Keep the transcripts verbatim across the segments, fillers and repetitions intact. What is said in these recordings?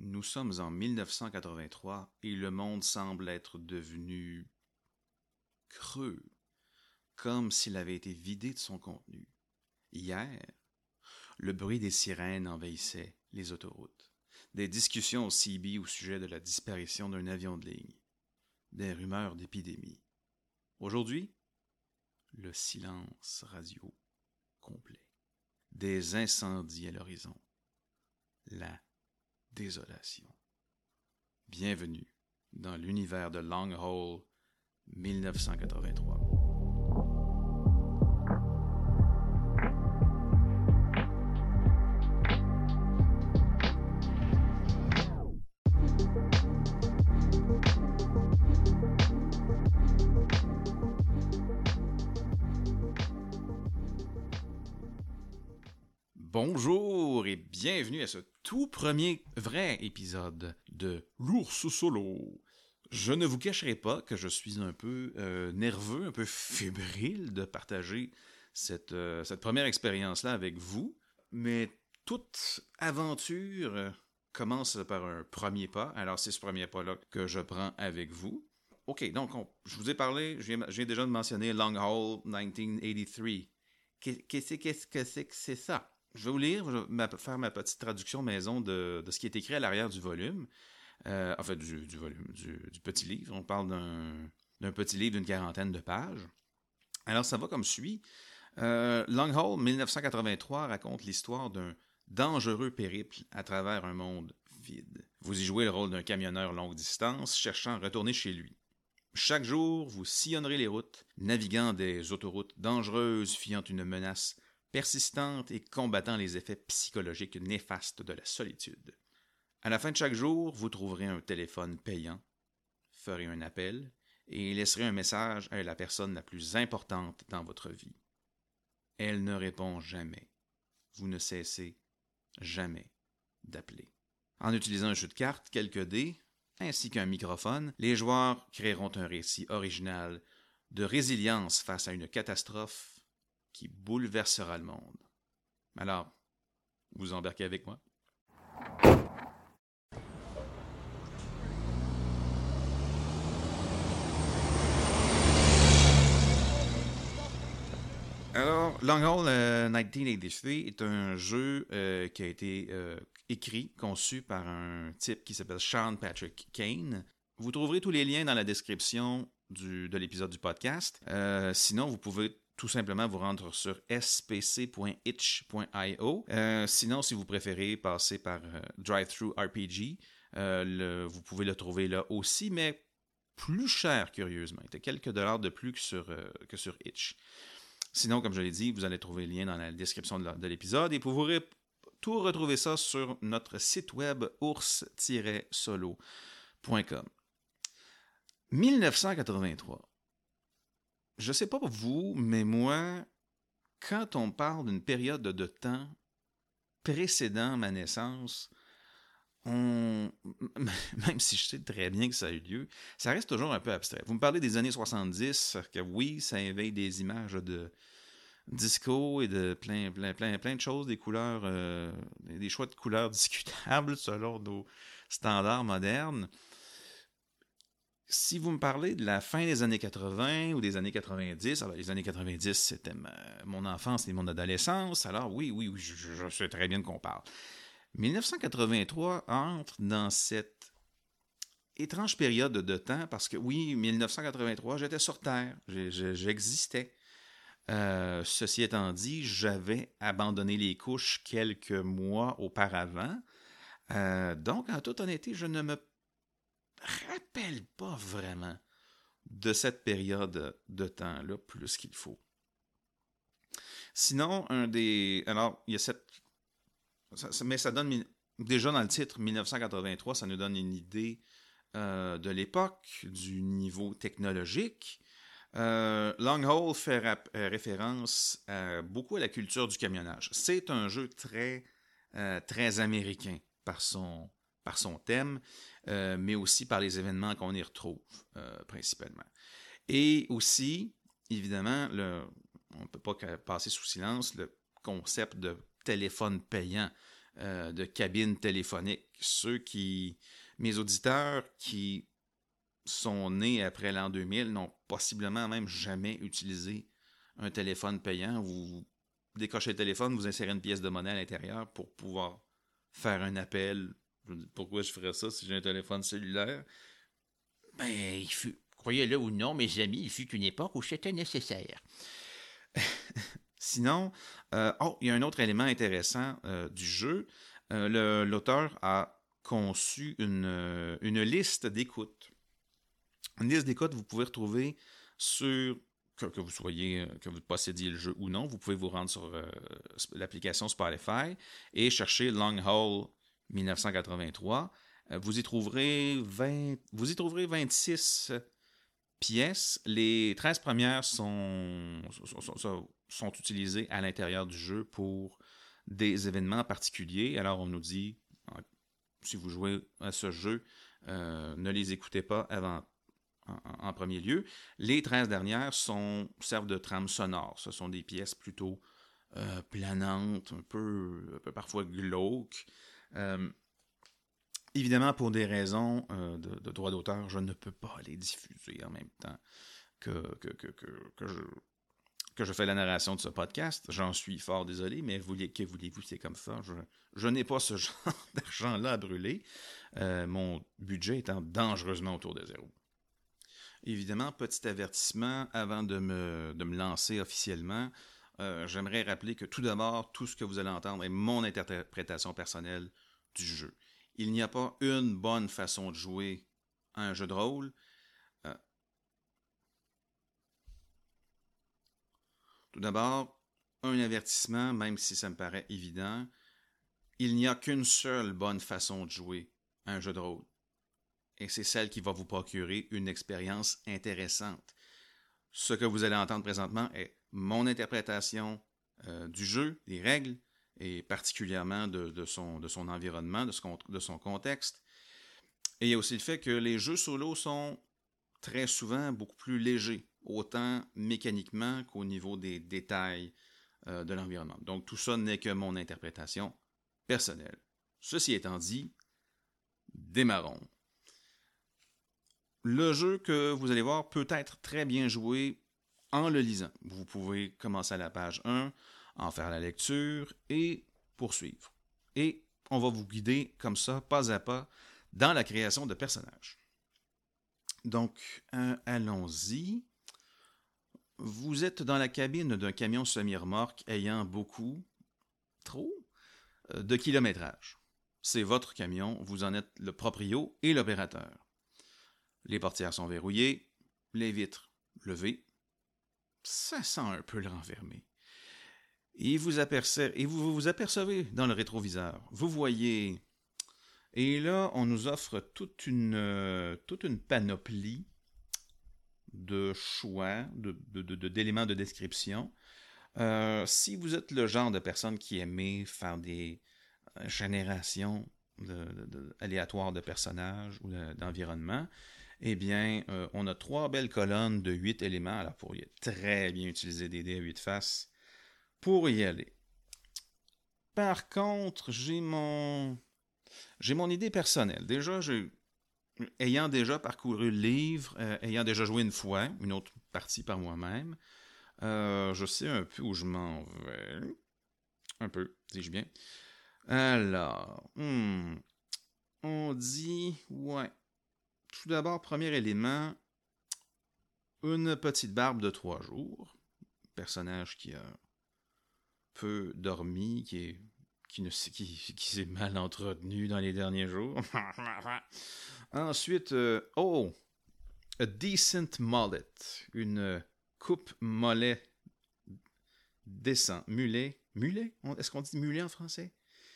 Nous sommes en mille neuf cent quatre-vingt-trois et le monde semble être devenu creux, comme s'il avait été vidé de son contenu. Hier, le bruit des sirènes envahissait les autoroutes, des discussions au C B au sujet de la disparition d'un avion de ligne, des rumeurs d'épidémie. Aujourd'hui, le silence radio complet, des incendies à l'horizon, la désolation. Bienvenue dans l'univers de Long Haul mille neuf cent quatre-vingt-trois. Bonjour et bienvenue à ce tout premier vrai épisode de l'Ours Solo. Je ne vous cacherai pas que je suis un peu euh, nerveux, un peu fébrile de partager cette, euh, cette première expérience-là avec vous, mais toute aventure euh, commence par un premier pas, alors c'est ce premier pas-là que je prends avec vous. Ok, donc on, je vous ai parlé, je viens, je viens déjà de mentionner Long Haul dix-neuf quatre-vingt-trois. Qu'est-ce que c'est que c'est ça? Je vais vous lire, je vais ma, faire ma petite traduction maison de, de ce qui est écrit à l'arrière du volume. Euh, en fait, du, du volume, du, du petit livre. On parle d'un, d'un petit livre d'une quarantaine de pages. Alors, ça va comme suit. Euh, Long Haul mille neuf cent quatre-vingt-trois raconte l'histoire d'un dangereux périple à travers un monde vide. Vous y jouez le rôle d'un camionneur longue distance cherchant à retourner chez lui. Chaque jour, vous sillonnerez les routes, naviguant des autoroutes dangereuses, fuyant une menace persistante et combattant les effets psychologiques néfastes de la solitude. À la fin de chaque jour, vous trouverez un téléphone payant, ferez un appel et laisserez un message à la personne la plus importante dans votre vie. Elle ne répond jamais. Vous ne cessez jamais d'appeler. En utilisant un jeu de cartes, quelques dés, ainsi qu'un microphone, les joueurs créeront un récit original de résilience face à une catastrophe qui bouleversera le monde. Alors, vous embarquez avec moi? Alors, Long Haul euh, dix-neuf quatre-vingt-trois est un jeu euh, qui a été euh, écrit, conçu par un type qui s'appelle Sean Patrick Kane. Vous trouverez tous les liens dans la description du, de l'épisode du podcast. Euh, sinon, vous pouvez tout simplement vous rendre sur s p c point itch point i o. Euh, sinon, si vous préférez passer par euh, Drive-Thru R P G, euh, le, vous pouvez le trouver là aussi, mais plus cher, curieusement. Il y a quelques dollars de plus que sur, euh, que sur Itch. Sinon, comme je l'ai dit, vous allez trouver le lien dans la description de, la, de l'épisode et vous pourrez tout retrouver ça sur notre site web ours tiret solo point com. mille neuf cent quatre-vingt-trois. Je sais pas pour vous, mais moi, quand on parle d'une période de temps précédant ma naissance, on... même si je sais très bien que ça a eu lieu, ça reste toujours un peu abstrait. Vous me parlez des années soixante-dix, que oui, ça éveille des images de disco et de plein, plein, plein, plein de choses, des couleurs, euh, des choix de couleurs discutables selon nos standards modernes. Si vous me parlez de la fin des années quatre-vingts ou des années quatre-vingt-dix, alors les années quatre-vingt-dix, c'était ma, mon enfance et mon adolescence, alors oui, oui, oui, je, je sais très bien de quoi on parle. mille neuf cent quatre-vingt-trois entre dans cette étrange période de temps parce que oui, mille neuf cent quatre-vingt-trois, j'étais sur Terre, j'existais. Euh, ceci étant dit, j'avais abandonné les couches quelques mois auparavant. Euh, donc, en toute honnêteté, je ne me rappelle pas vraiment de cette période de temps-là plus qu'il faut. Sinon, un des... Alors, il y a cette... Ça, ça, mais ça donne... Déjà dans le titre, mille neuf cent quatre-vingt-trois, ça nous donne une idée euh, de l'époque, du niveau technologique. Euh, Long Haul fait rap- euh, référence euh, beaucoup à la culture du camionnage. C'est un jeu très, euh, très américain par son, par son thème, euh, mais aussi par les événements qu'on y retrouve euh, principalement. Et aussi, évidemment, le, on ne peut pas passer sous silence le concept de téléphone payant. euh, de cabines téléphoniques. Ceux qui, mes auditeurs qui sont nés après l'an deux mille n'ont possiblement même jamais utilisé un téléphone payant. Vous décrochez le téléphone, vous insérez une pièce de monnaie à l'intérieur pour pouvoir faire un appel. Je me dis, pourquoi je ferais ça si j'ai un téléphone cellulaire? Ben, il fut, croyez-le ou non, mes amis, il fut une époque où c'était nécessaire. Sinon, euh, oh, il y a un autre élément intéressant euh, du jeu. Euh, le, l'auteur a conçu une, euh, une liste d'écoute. Une liste d'écoute, vous pouvez retrouver sur, que, que vous soyez, que vous possédiez le jeu ou non, vous pouvez vous rendre sur euh, l'application Spotify et chercher Long Haul dix-neuf cent quatre-vingt-trois. Euh, vous y trouverez vingt, vous y trouverez vingt-six pièces. Les treize premières sont, sont, sont, sont utilisées à l'intérieur du jeu pour des événements particuliers. Alors on nous dit, si vous jouez à ce jeu, euh, ne les écoutez pas avant En, en premier lieu. Les treize dernières sont, servent de trame sonore. Ce sont des pièces plutôt euh, planantes, un peu, un peu parfois glauques. Euh, évidemment, pour des raisons euh, de, de droit d'auteur, je ne peux pas les diffuser en même temps que, que, que, que, que, je, que je fais la narration de ce podcast. J'en suis fort désolé, mais vous, que voulez-vous, c'est comme ça. Je, je n'ai pas ce genre d'argent-là à brûler. Euh, mon budget étant dangereusement autour de zéro. Évidemment, petit avertissement avant de me, de me lancer officiellement. Euh, j'aimerais rappeler que tout d'abord, tout ce que vous allez entendre est mon interprétation personnelle du jeu. Il n'y a pas une bonne façon de jouer à un jeu de rôle. Euh, tout d'abord, un avertissement, même si ça me paraît évident, il n'y a qu'une seule bonne façon de jouer à un jeu de rôle. Et c'est celle qui va vous procurer une expérience intéressante. Ce que vous allez entendre présentement est mon interprétation euh, du jeu, des règles, et particulièrement de, de, son, de son environnement, de, ce, de son contexte. Et il y a aussi le fait que les jeux solo sont très souvent beaucoup plus légers, autant mécaniquement qu'au niveau des détails euh, de l'environnement. Donc tout ça n'est que mon interprétation personnelle. Ceci étant dit, démarrons. Le jeu que vous allez voir peut être très bien joué en le lisant. Vous pouvez commencer à la page un, en faire la lecture et poursuivre. Et on va vous guider comme ça, pas à pas, dans la création de personnages. Donc, euh, allons-y. Vous êtes dans la cabine d'un camion semi-remorque ayant beaucoup, trop, euh, de kilométrage. C'est votre camion, vous en êtes le proprio et l'opérateur. Les portières sont verrouillées, les vitres levées. Ça sent un peu le renfermé. Et vous, apercevez, et vous vous apercevez dans le rétroviseur. Vous voyez... Et là, on nous offre toute une, euh, toute une panoplie de choix, de, de, de, d'éléments de description. Euh, si vous êtes le genre de personne qui aimait faire des euh, générations de, de, de, aléatoires de personnages ou de, d'environnement, eh bien, euh, on a trois belles colonnes de huit éléments. Alors, pour y très bien utiliser des dés à huit faces pour y aller. Par contre, j'ai mon... J'ai mon idée personnelle. Déjà, j'ai... ayant déjà parcouru le livre, euh, ayant déjà joué une fois, une autre partie par moi-même, euh, je sais un peu où je m'en vais. Un peu, dis-je bien. Alors, hmm, on dit... Ouais. Tout d'abord, premier élément, une petite barbe de trois jours. Personnage qui a peu dormi, qui, est, qui, ne, qui, qui s'est mal entretenu dans les derniers jours. Ensuite, euh, oh, a decent mullet. Une coupe mollet décent. Mulet. Mulet? Est-ce qu'on dit mulet en français?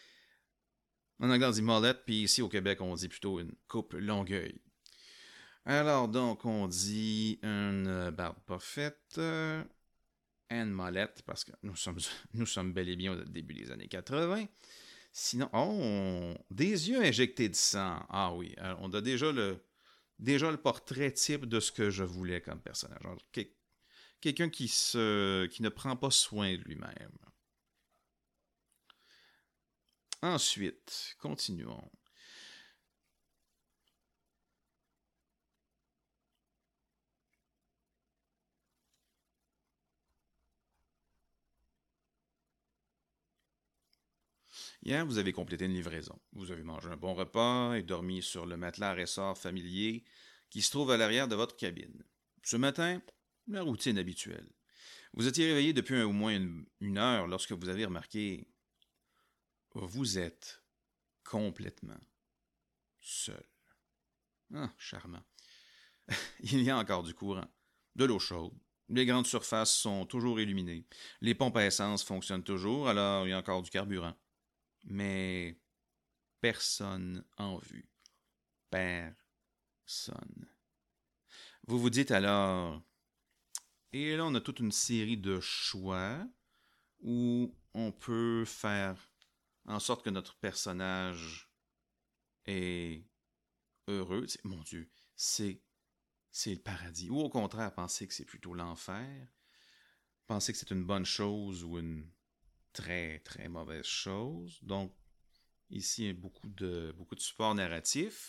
En anglais, on dit mullet, puis ici au Québec, on dit plutôt une coupe longueuil. Alors, donc, on dit une barbe pas faite, euh, une molette, parce que nous sommes, nous sommes bel et bien au début des années quatre-vingts. Sinon, oh, on, des yeux injectés de sang. Ah oui, alors on a déjà le, déjà le portrait type de ce que je voulais comme personnage. Alors, quel, quelqu'un qui, se, qui ne prend pas soin de lui-même. Ensuite, continuons. Hier, vous avez complété une livraison. Vous avez mangé un bon repas et dormi sur le matelas à ressort familier qui se trouve à l'arrière de votre cabine. Ce matin, la routine habituelle. Vous étiez réveillé depuis un, au moins une, une heure lorsque vous avez remarqué vous êtes complètement seul. Ah, charmant. Il y a encore du courant, de l'eau chaude. Les grandes surfaces sont toujours illuminées. Les pompes à essence fonctionnent toujours, alors il y a encore du carburant. Mais personne en vue. Personne. Vous vous dites alors, et là on a toute une série de choix où on peut faire en sorte que notre personnage est heureux. C'est, mon Dieu, c'est, c'est le paradis. Ou au contraire, penser que c'est plutôt l'enfer. Penser que c'est une bonne chose ou une très, très mauvaise chose. Donc, ici, il y a beaucoup de, beaucoup de support narratif.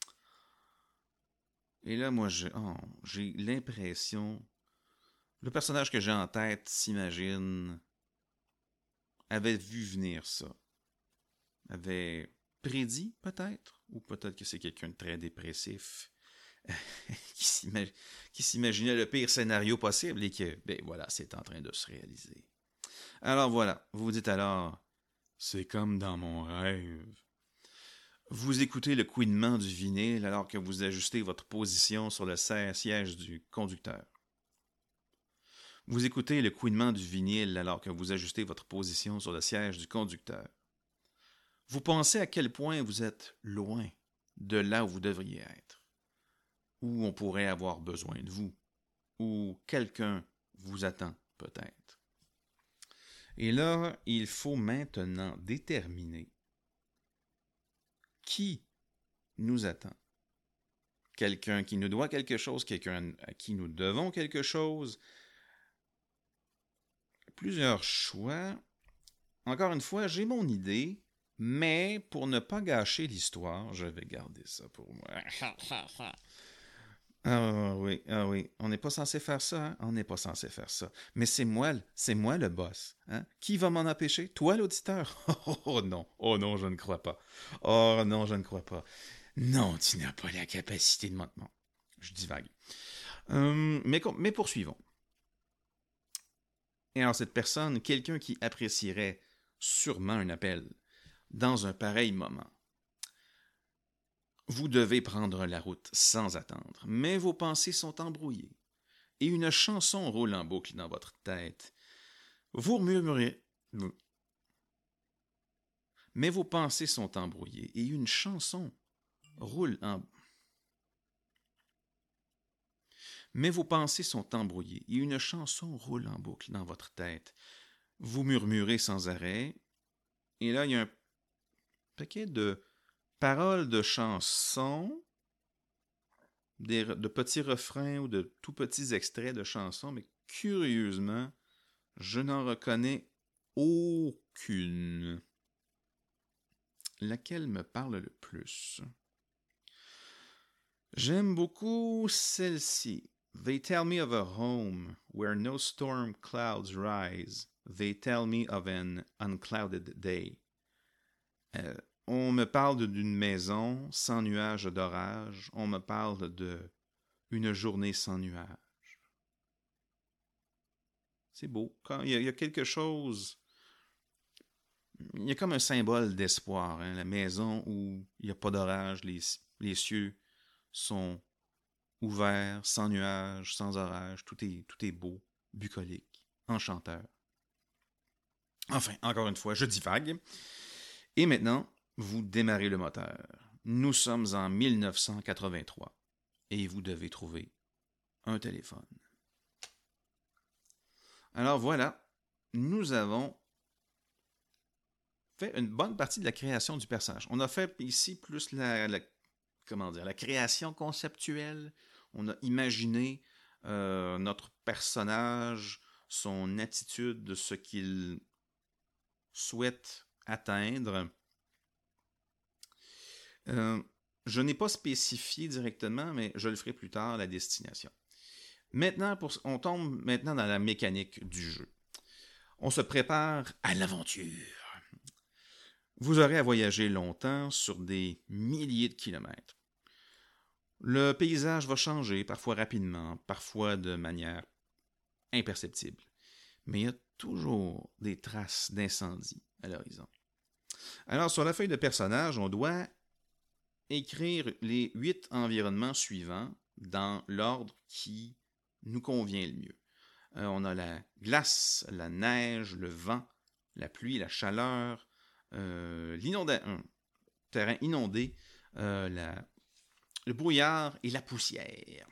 Et là, moi, j'ai, oh, j'ai l'impression... Le personnage que j'ai en tête s'imagine... avait vu venir ça. Avait prédit, peut-être. Ou peut-être que c'est quelqu'un de très dépressif qui, s'imag... qui s'imaginait le pire scénario possible et que, ben voilà, c'est en train de se réaliser. Alors voilà, vous vous dites alors, c'est comme dans mon rêve. Vous écoutez le couinement du vinyle alors que vous ajustez votre position sur le siège du conducteur. Vous écoutez le couinement du vinyle alors que vous ajustez votre position sur le siège du conducteur. Vous pensez à quel point vous êtes loin de là où vous devriez être, où on pourrait avoir besoin de vous, où quelqu'un vous attend peut-être. Et là, il faut maintenant déterminer qui nous attend. Quelqu'un qui nous doit quelque chose, quelqu'un à qui nous devons quelque chose. Plusieurs choix. Encore une fois, j'ai mon idée, mais pour ne pas gâcher l'histoire, je vais garder ça pour moi. Ah oui, ah oui, on n'est pas censé faire ça, hein? On n'est pas censé faire ça. Mais c'est moi, c'est moi le boss. Hein? Qui va m'en empêcher? Toi, l'auditeur? Oh, oh non, oh non, je ne crois pas. Oh non, je ne crois pas. Non, tu n'as pas la capacité de mentir. Je divague. Hum, mais, mais poursuivons. Et alors cette personne, quelqu'un qui apprécierait sûrement un appel dans un pareil moment. Vous devez prendre la route sans attendre, mais vos pensées sont embrouillées et une chanson roule en boucle dans votre tête. Vous murmurez, mais vos pensées sont embrouillées et une chanson roule en Mais vos pensées sont embrouillées et une chanson roule en boucle dans votre tête. Vous murmurez sans arrêt et là il y a un paquet de paroles de chansons, des, de petits refrains ou de tout petits extraits de chansons, mais curieusement, je n'en reconnais aucune. Laquelle me parle le plus? J'aime beaucoup celle-ci. They tell me of a home where no storm clouds rise. They tell me of an unclouded day. Euh, On me parle d'une maison sans nuages d'orage. On me parle de une journée sans nuages. C'est beau. Quand il y a, il y a quelque chose... Il y a comme un symbole d'espoir. Hein? La maison où il n'y a pas d'orage, les, les cieux sont ouverts, sans nuages, sans orage. Tout est, tout est beau, bucolique, enchanteur. Enfin, encore une fois, je divague. Et maintenant... Vous démarrez le moteur. Nous sommes en mille neuf cent quatre-vingt-trois et vous devez trouver un téléphone. Alors voilà, nous avons fait une bonne partie de la création du personnage. On a fait ici plus la, la comment dire, la création conceptuelle. On a imaginé euh, notre personnage, son attitude, de ce qu'il souhaite atteindre. Euh, je n'ai pas spécifié directement, mais je le ferai plus tard, la destination. Maintenant, pour, on tombe maintenant dans la mécanique du jeu. On se prépare à l'aventure. Vous aurez à voyager longtemps sur des milliers de kilomètres. Le paysage va changer, parfois rapidement, parfois de manière imperceptible. Mais il y a toujours des traces d'incendie à l'horizon. Alors, sur la feuille de personnage, on doit écrire les huit environnements suivants dans l'ordre qui nous convient le mieux. Euh, on a la glace, la neige, le vent, la pluie, la chaleur, euh, l'inondation, terrain inondé, euh, la, le brouillard et la poussière.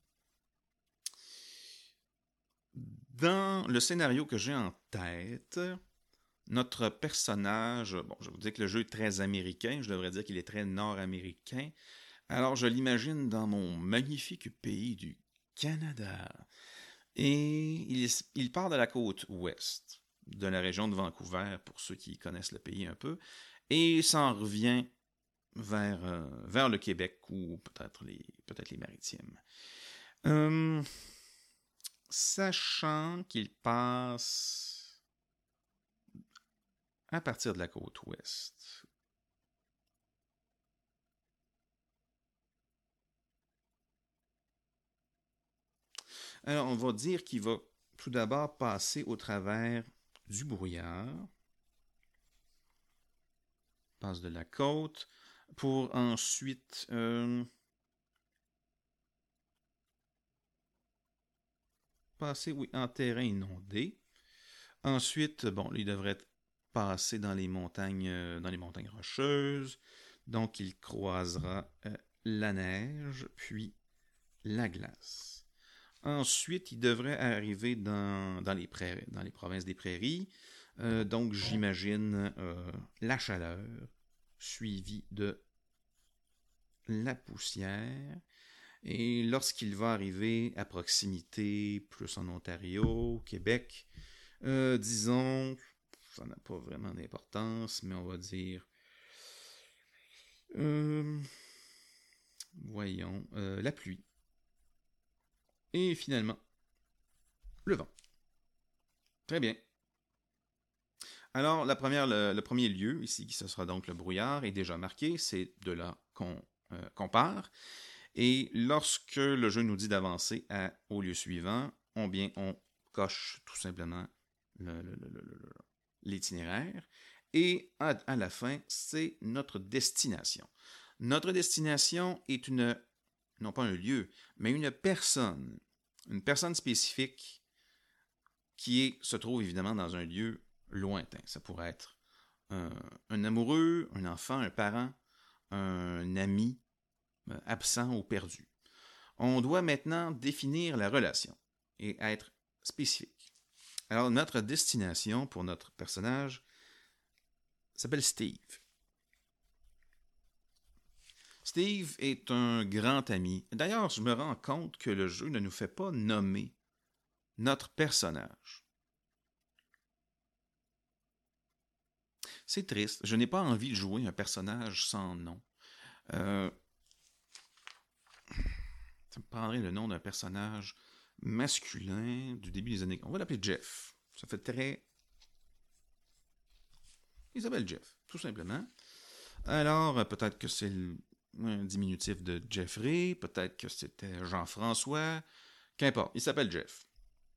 Dans le scénario que j'ai en tête, notre personnage, bon, je vous dis que le jeu est très américain, je devrais dire qu'il est très nord-américain. Alors, je l'imagine dans mon magnifique pays du Canada. Et il, il part de la côte ouest, de la région de Vancouver, pour ceux qui connaissent le pays un peu, et s'en revient vers, euh, vers le Québec ou peut-être les, peut-être les Maritimes. Euh, sachant qu'il passe à partir de la côte ouest. Alors, on va dire qu'il va tout d'abord passer au travers du brouillard, passe de la côte, pour ensuite euh, passer oui, en terrain inondé. Ensuite, bon, il devrait passer dans les montagnes, euh, dans les montagnes rocheuses. Donc, il croisera euh, la neige, puis la glace. Ensuite, il devrait arriver dans, dans, les, prairies, dans les provinces des prairies. Euh, donc, j'imagine euh, la chaleur, suivie de la poussière. Et lorsqu'il va arriver à proximité, plus en Ontario, au Québec, euh, disons, ça n'a pas vraiment d'importance, mais on va dire, euh, voyons, euh, la pluie. Et finalement, le vent. Très bien. Alors, la première, le, le premier lieu, ici, qui ce sera donc le brouillard, est déjà marqué. C'est de là qu'on euh, qu'on part. Et lorsque le jeu nous dit d'avancer à, au lieu suivant, on, bien, on coche tout simplement le, le, le, le, l'itinéraire. Et à, à la fin, c'est notre destination. Notre destination est une, non pas un lieu, mais une personne. Une personne spécifique qui est, se trouve évidemment dans un lieu lointain. Ça pourrait être un, un amoureux, un enfant, un parent, un ami, absent ou perdu. On doit maintenant définir la relation et être spécifique. Alors, notre destination pour notre personnage s'appelle Steve. Steve est un grand ami. D'ailleurs, je me rends compte que le jeu ne nous fait pas nommer notre personnage. C'est triste. Je n'ai pas envie de jouer un personnage sans nom. Euh, ça me prendrait le nom d'un personnage masculin du début des années... On va l'appeler Jeff. Ça fait très... Il s'appelle Jeff, tout simplement. Alors, peut-être que c'est un diminutif de Jeffrey, peut-être que c'était Jean-François, qu'importe, il s'appelle Jeff.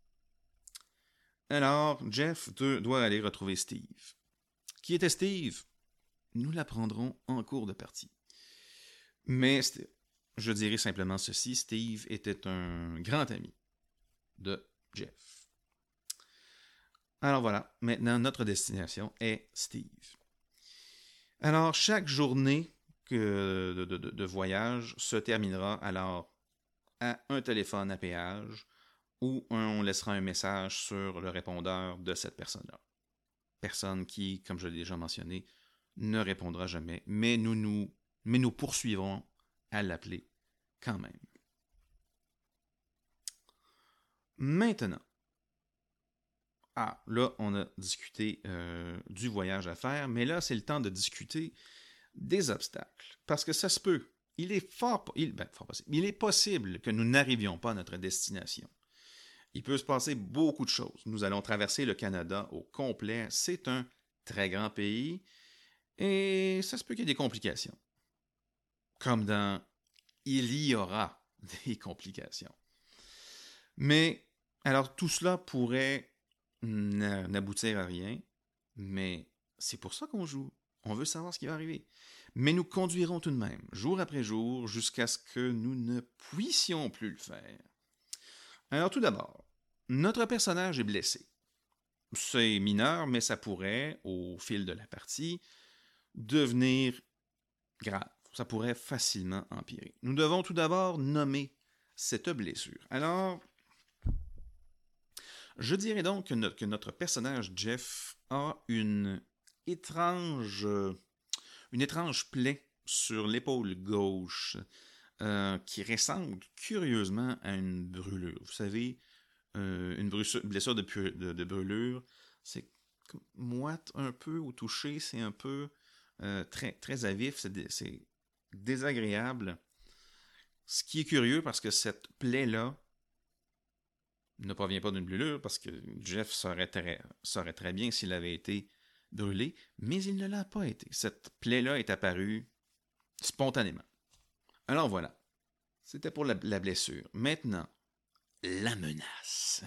Alors, Jeff doit aller retrouver Steve. Qui était Steve? Nous l'apprendrons en cours de partie. Mais je dirais simplement ceci, Steve était un grand ami de Jeff. Alors voilà, maintenant notre destination est Steve. Alors chaque journée que de, de, de voyage se terminera alors à un téléphone à péage où on laissera un message sur le répondeur de cette personne-là. Personne qui, comme je l'ai déjà mentionné, ne répondra jamais, mais nous, nous, mais nous poursuivrons à l'appeler quand même. Maintenant, ah, là, on a discuté euh, du voyage à faire, mais là, c'est le temps de discuter des obstacles. Parce que ça se peut. Il est fort, il, ben, fort possible. Il est possible que nous n'arrivions pas à notre destination. Il peut se passer beaucoup de choses. Nous allons traverser le Canada au complet. C'est un très grand pays et ça se peut qu'il y ait des complications. Comme dans « il y aura des complications ». Mais, alors tout cela pourrait n'aboutir à rien, mais c'est pour ça qu'on joue. On veut savoir ce qui va arriver. Mais nous conduirons tout de même, jour après jour, jusqu'à ce que nous ne puissions plus le faire. Alors tout d'abord, notre personnage est blessé. C'est mineur, mais ça pourrait, au fil de la partie, devenir grave. Ça pourrait facilement empirer. Nous devons tout d'abord nommer cette blessure. Alors, je dirais donc que notre, que notre personnage Jeff a une étrange, une étrange plaie sur l'épaule gauche euh, qui ressemble curieusement à une brûlure. Vous savez, euh, une blessure de, de, de brûlure, c'est moite un peu au toucher, c'est un peu euh, très, très à vif, c'est, dé, c'est désagréable. Ce qui est curieux parce que cette plaie-là ne provient pas d'une brûlure, parce que Jeff saurait très, saurait très bien s'il avait été brûlé, mais il ne l'a pas été. Cette plaie-là est apparue spontanément. Alors voilà, c'était pour la, la blessure. Maintenant, la menace.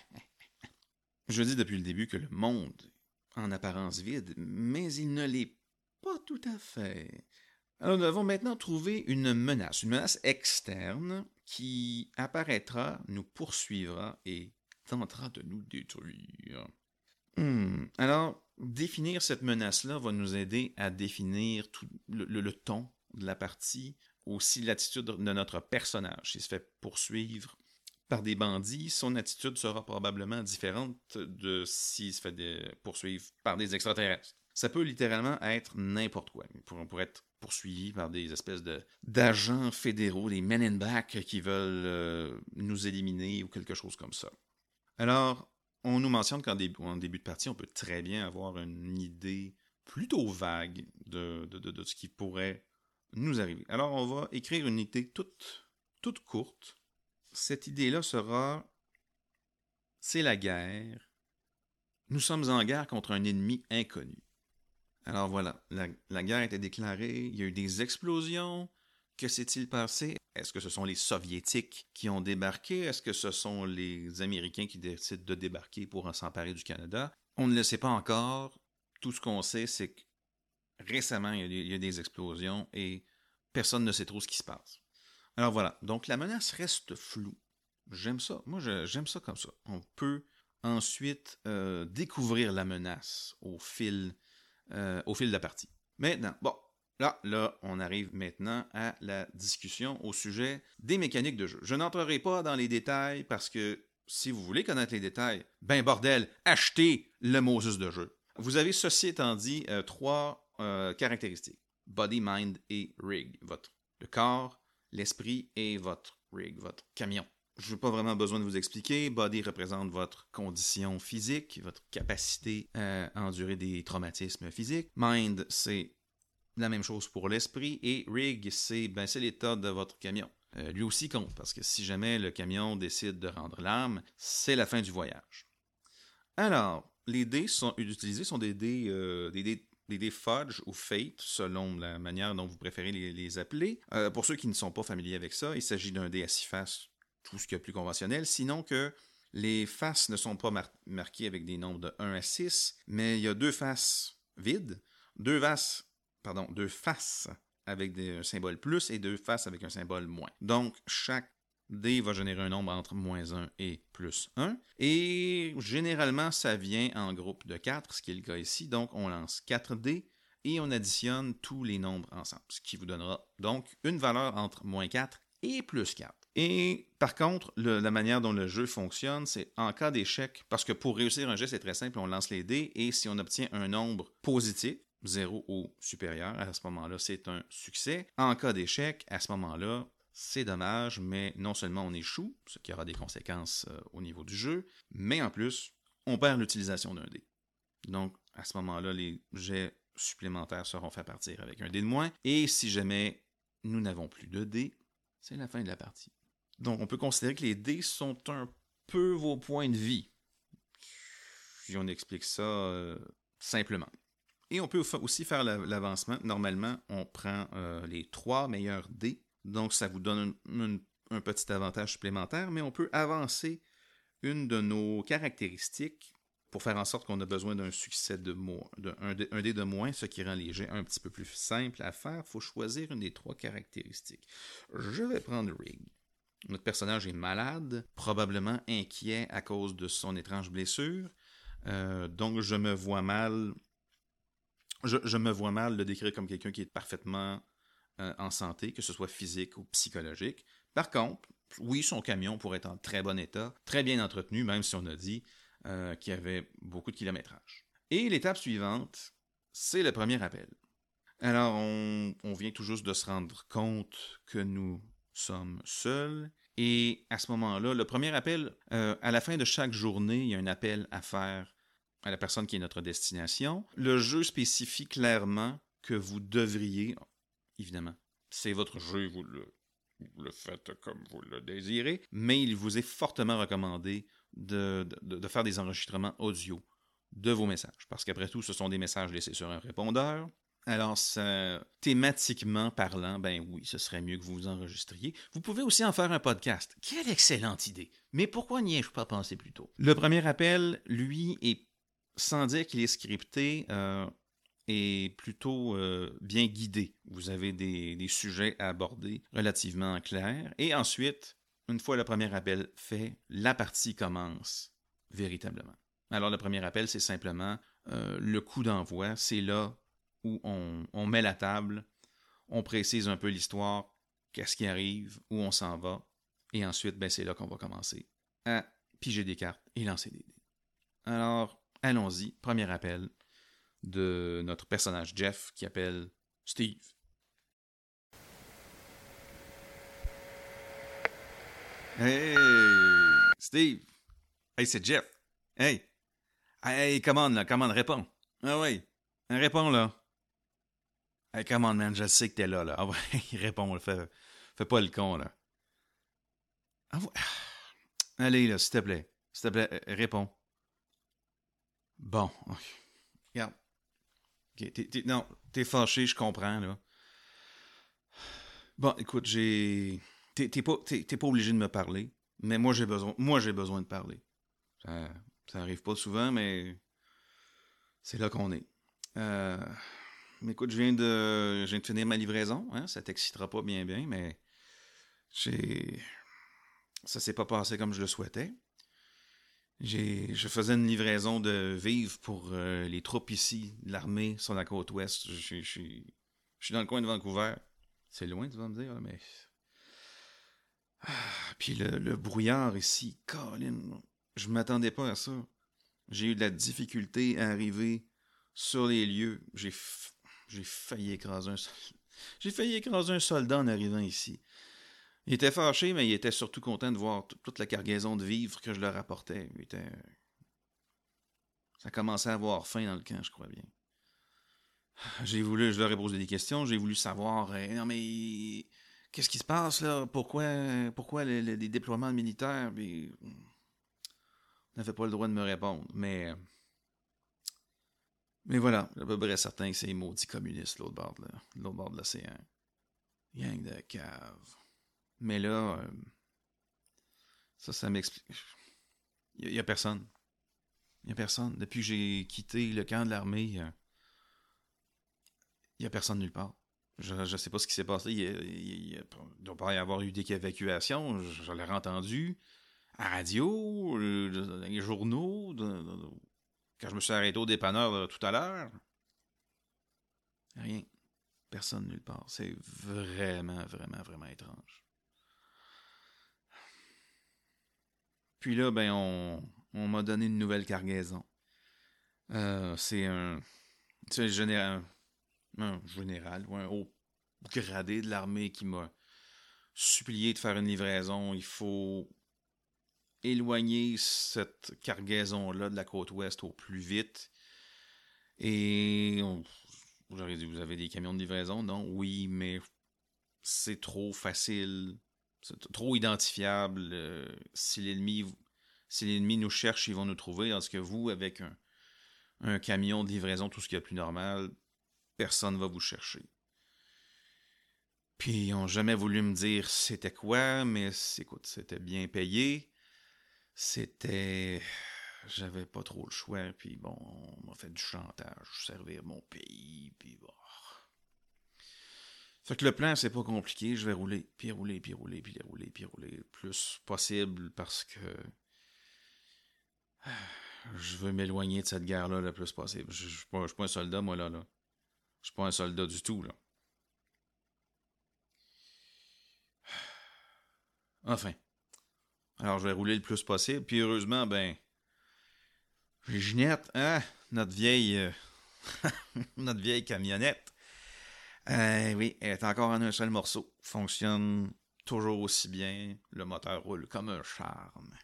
Je dis depuis le début que le monde, en apparence vide, mais il ne l'est pas tout à fait. Alors nous devons maintenant trouver une menace, une menace externe qui apparaîtra, nous poursuivra et tentera de nous détruire. Hmm. Alors, définir cette menace-là va nous aider à définir tout le, le, le ton de la partie, aussi l'attitude de notre personnage. S'il se fait poursuivre par des bandits, son attitude sera probablement différente de s'il se fait des, poursuivre par des extraterrestres. Ça peut littéralement être n'importe quoi. On pourrait être poursuivi par des espèces de, d'agents fédéraux, des Men in Black qui veulent euh, nous éliminer ou quelque chose comme ça. Alors, on nous mentionne qu'en début, en début de partie, on peut très bien avoir une idée plutôt vague de, de, de, de ce qui pourrait nous arriver. Alors, on va écrire une idée toute, toute courte. Cette idée-là sera « c'est la guerre. Nous sommes en guerre contre un ennemi inconnu. » Alors voilà, la, la guerre a été déclarée, il y a eu des explosions. Que s'est-il passé? Est-ce que ce sont les Soviétiques qui ont débarqué? Est-ce que ce sont les Américains qui décident de débarquer pour s'emparer du Canada? On ne le sait pas encore. Tout ce qu'on sait, c'est que récemment, il y a des, il y a des explosions et personne ne sait trop ce qui se passe. Alors voilà, donc la menace reste floue. J'aime ça. Moi, je, j'aime ça comme ça. On peut ensuite euh, découvrir la menace au fil Euh, au fil de la partie. Maintenant, bon, là, là, on arrive maintenant à la discussion au sujet des mécaniques de jeu. Je n'entrerai pas dans les détails parce que si vous voulez connaître les détails, ben bordel, achetez le Moses de jeu. Vous avez, ceci étant dit, euh, trois euh, caractéristiques. Body, mind et rig. Votre, le corps, l'esprit et votre rig, votre camion. Je n'ai pas vraiment besoin de vous expliquer. Body représente votre condition physique, votre capacité à endurer des traumatismes physiques. Mind, c'est la même chose pour l'esprit. Et rig, c'est, ben, c'est l'état de votre camion. Euh, lui aussi compte, parce que si jamais le camion décide de rendre l'arme, c'est la fin du voyage. Alors, les dés sont utilisés sont des dés, euh, des dés des dés Fudge ou Fate, selon la manière dont vous préférez les, les appeler. Euh, pour ceux qui ne sont pas familiers avec ça, il s'agit d'un dé à six faces, tout ce qu'il y a de plus conventionnel, sinon que les faces ne sont pas mar- marquées avec des nombres de un à six, mais il y a deux faces vides, deux faces, pardon, deux faces avec des, un symbole plus et deux faces avec un symbole moins. Donc, chaque dé va générer un nombre entre moins un et plus un, et généralement, ça vient en groupe de quatre, ce qui est le cas ici, donc on lance quatre dés, et on additionne tous les nombres ensemble, ce qui vous donnera donc une valeur entre moins quatre et plus quatre. Et par contre, le, la manière dont le jeu fonctionne, c'est en cas d'échec, parce que pour réussir un jet, c'est très simple, on lance les dés, et si on obtient un nombre positif, zéro ou supérieur, à ce moment-là, c'est un succès. En cas d'échec, à ce moment-là, c'est dommage, mais non seulement on échoue, ce qui aura des conséquences euh, au niveau du jeu, mais en plus, on perd l'utilisation d'un dé. Donc, à ce moment-là, les jets supplémentaires seront faits partir avec un dé de moins. Et si jamais nous n'avons plus de dés, c'est la fin de la partie. Donc, on peut considérer que les dés sont un peu vos points de vie. Puis on explique ça euh, simplement. Et on peut aussi faire l'avancement. Normalement, on prend euh, les trois meilleurs dés. Donc, ça vous donne un, un, un petit avantage supplémentaire, mais on peut avancer une de nos caractéristiques pour faire en sorte qu'on a besoin d'un succès de moins, d'un, un, un dé de moins, ce qui rend les jets un petit peu plus simples à faire. Il faut choisir une des trois caractéristiques. Je vais prendre Rig. Notre personnage est malade, probablement inquiet à cause de son étrange blessure. Euh, donc, je me vois mal... Je, je me vois mal le décrire comme quelqu'un qui est parfaitement euh, en santé, que ce soit physique ou psychologique. Par contre, oui, son camion pourrait être en très bon état, très bien entretenu, même si on a dit euh, qu'il y avait beaucoup de kilométrage. Et l'étape suivante, c'est le premier appel. Alors, on, on vient tout juste de se rendre compte que nous sommes seuls. Et à ce moment-là, le premier appel, euh, à la fin de chaque journée, il y a un appel à faire à la personne qui est notre destination. Le jeu spécifie clairement que vous devriez, évidemment, c'est votre jeu, vous le, vous le faites comme vous le désirez, mais il vous est fortement recommandé de, de, de faire des enregistrements audio de vos messages, parce qu'après tout, ce sont des messages laissés sur un répondeur. Alors, ça, thématiquement parlant, ben oui, ce serait mieux que vous vous enregistriez. Vous pouvez aussi en faire un podcast. Quelle excellente idée! Mais pourquoi n'y ai-je pas pensé plus tôt? Le premier appel, lui, est sans dire qu'il est scripté, euh, est plutôt euh, bien guidé. Vous avez des, des sujets à aborder relativement clairs. Et ensuite, une fois le premier appel fait, la partie commence véritablement. Alors, le premier appel, c'est simplement euh, le coup d'envoi. C'est là où on, on met la table, on précise un peu l'histoire, qu'est-ce qui arrive, où on s'en va. Et ensuite, ben, c'est là qu'on va commencer à piger des cartes et lancer des dés. Alors, allons-y. Premier appel de notre personnage Jeff qui appelle Steve. Hey, Steve. Hey, c'est Jeff. Hey. Hey, come on, là. Come on, réponds. Ah oui. Réponds, là. Hey, come on, man. Je sais que t'es là, là. Ah ouais, réponds, là. Fais, fais pas le con, là. Ah ouais. Allez, là, s'il te plaît. S'il te plaît, réponds. Bon. Regarde. Okay, t'es, t'es, non, t'es fâché, je comprends, là. Bon, écoute, j'ai... T'es, t'es, pas, t'es, t'es pas obligé de me parler, mais moi, j'ai besoin, moi, j'ai besoin de parler. Ça, ça arrive pas souvent, mais c'est là qu'on est. Euh... Mais écoute, je viens de, je viens de finir ma livraison, hein? Ça t'excitera pas bien, bien, mais j'ai... Ça s'est pas passé comme je le souhaitais. J'ai, je faisais une livraison de vivres pour euh, les troupes ici, de l'armée, sur la côte ouest. Je, je, je, je suis dans le coin de Vancouver. C'est loin, tu vas me dire, mais... Ah, puis le, le brouillard ici, Colin, je m'attendais pas à ça. J'ai eu de la difficulté à arriver sur les lieux. J'ai, f... j'ai failli écraser un sol... J'ai failli écraser un soldat en arrivant ici. Il était fâché, mais il était surtout content de voir t- toute la cargaison de vivres que je leur apportais. Il était... Ça commençait à avoir faim dans le camp, je crois bien. J'ai voulu, je leur ai posé des questions, j'ai voulu savoir, euh, non mais, qu'est-ce qui se passe là? Pourquoi, pourquoi les, les déploiements militaires? Puis, on n'avait pas le droit de me répondre, mais, mais voilà, à peu près certain que c'est les maudits communistes, l'autre bord de, l'autre bord de l'océan. Gang de cave. Mais là, euh, ça, ça m'explique. Il n'y a, a personne. Il n'y a personne. Depuis que j'ai quitté le camp de l'armée, il n'y a, a personne nulle part. Je ne sais pas ce qui s'est passé. Il, il, il, il doit pas y avoir eu d'évacuation. Je, je l'ai entendu à la radio, dans les journaux, de, de, de, quand je me suis arrêté au dépanneur là, tout à l'heure. Rien. Personne nulle part. C'est vraiment, vraiment, vraiment étrange. Puis là, ben, on, on m'a donné une nouvelle cargaison. Euh, c'est un... C'est un général... Un général, ou un haut gradé de l'armée qui m'a supplié de faire une livraison. Il faut éloigner cette cargaison-là de la côte ouest au plus vite. Et on, J'aurais dit, vous avez des camions de livraison? Non, oui, mais c'est trop facile, c'est trop identifiable. Euh, si l'ennemi si l'ennemi nous cherche, ils vont nous trouver. Tandis que vous, avec un, un camion de livraison, tout ce qui est le plus normal, personne ne va vous chercher. Puis ils n'ont jamais voulu me dire c'était quoi, mais écoute, c'était bien payé. C'était... J'avais pas trop le choix, puis bon, on m'a fait du chantage, servir mon pays, puis bon... Fait que le plan, c'est pas compliqué, je vais rouler, puis rouler, puis rouler, puis rouler, puis rouler le plus possible, parce que... Je veux m'éloigner de cette guerre-là le plus possible. Je, je, suis pas, je suis pas un soldat, moi, là, là. Je suis pas un soldat du tout, là. Enfin. Alors, je vais rouler le plus possible, puis heureusement, ben... Ginette, hein? Notre vieille... euh, notre vieille camionnette. Euh, oui, elle est encore en un seul morceau. Fonctionne toujours aussi bien. Le moteur roule comme un charme.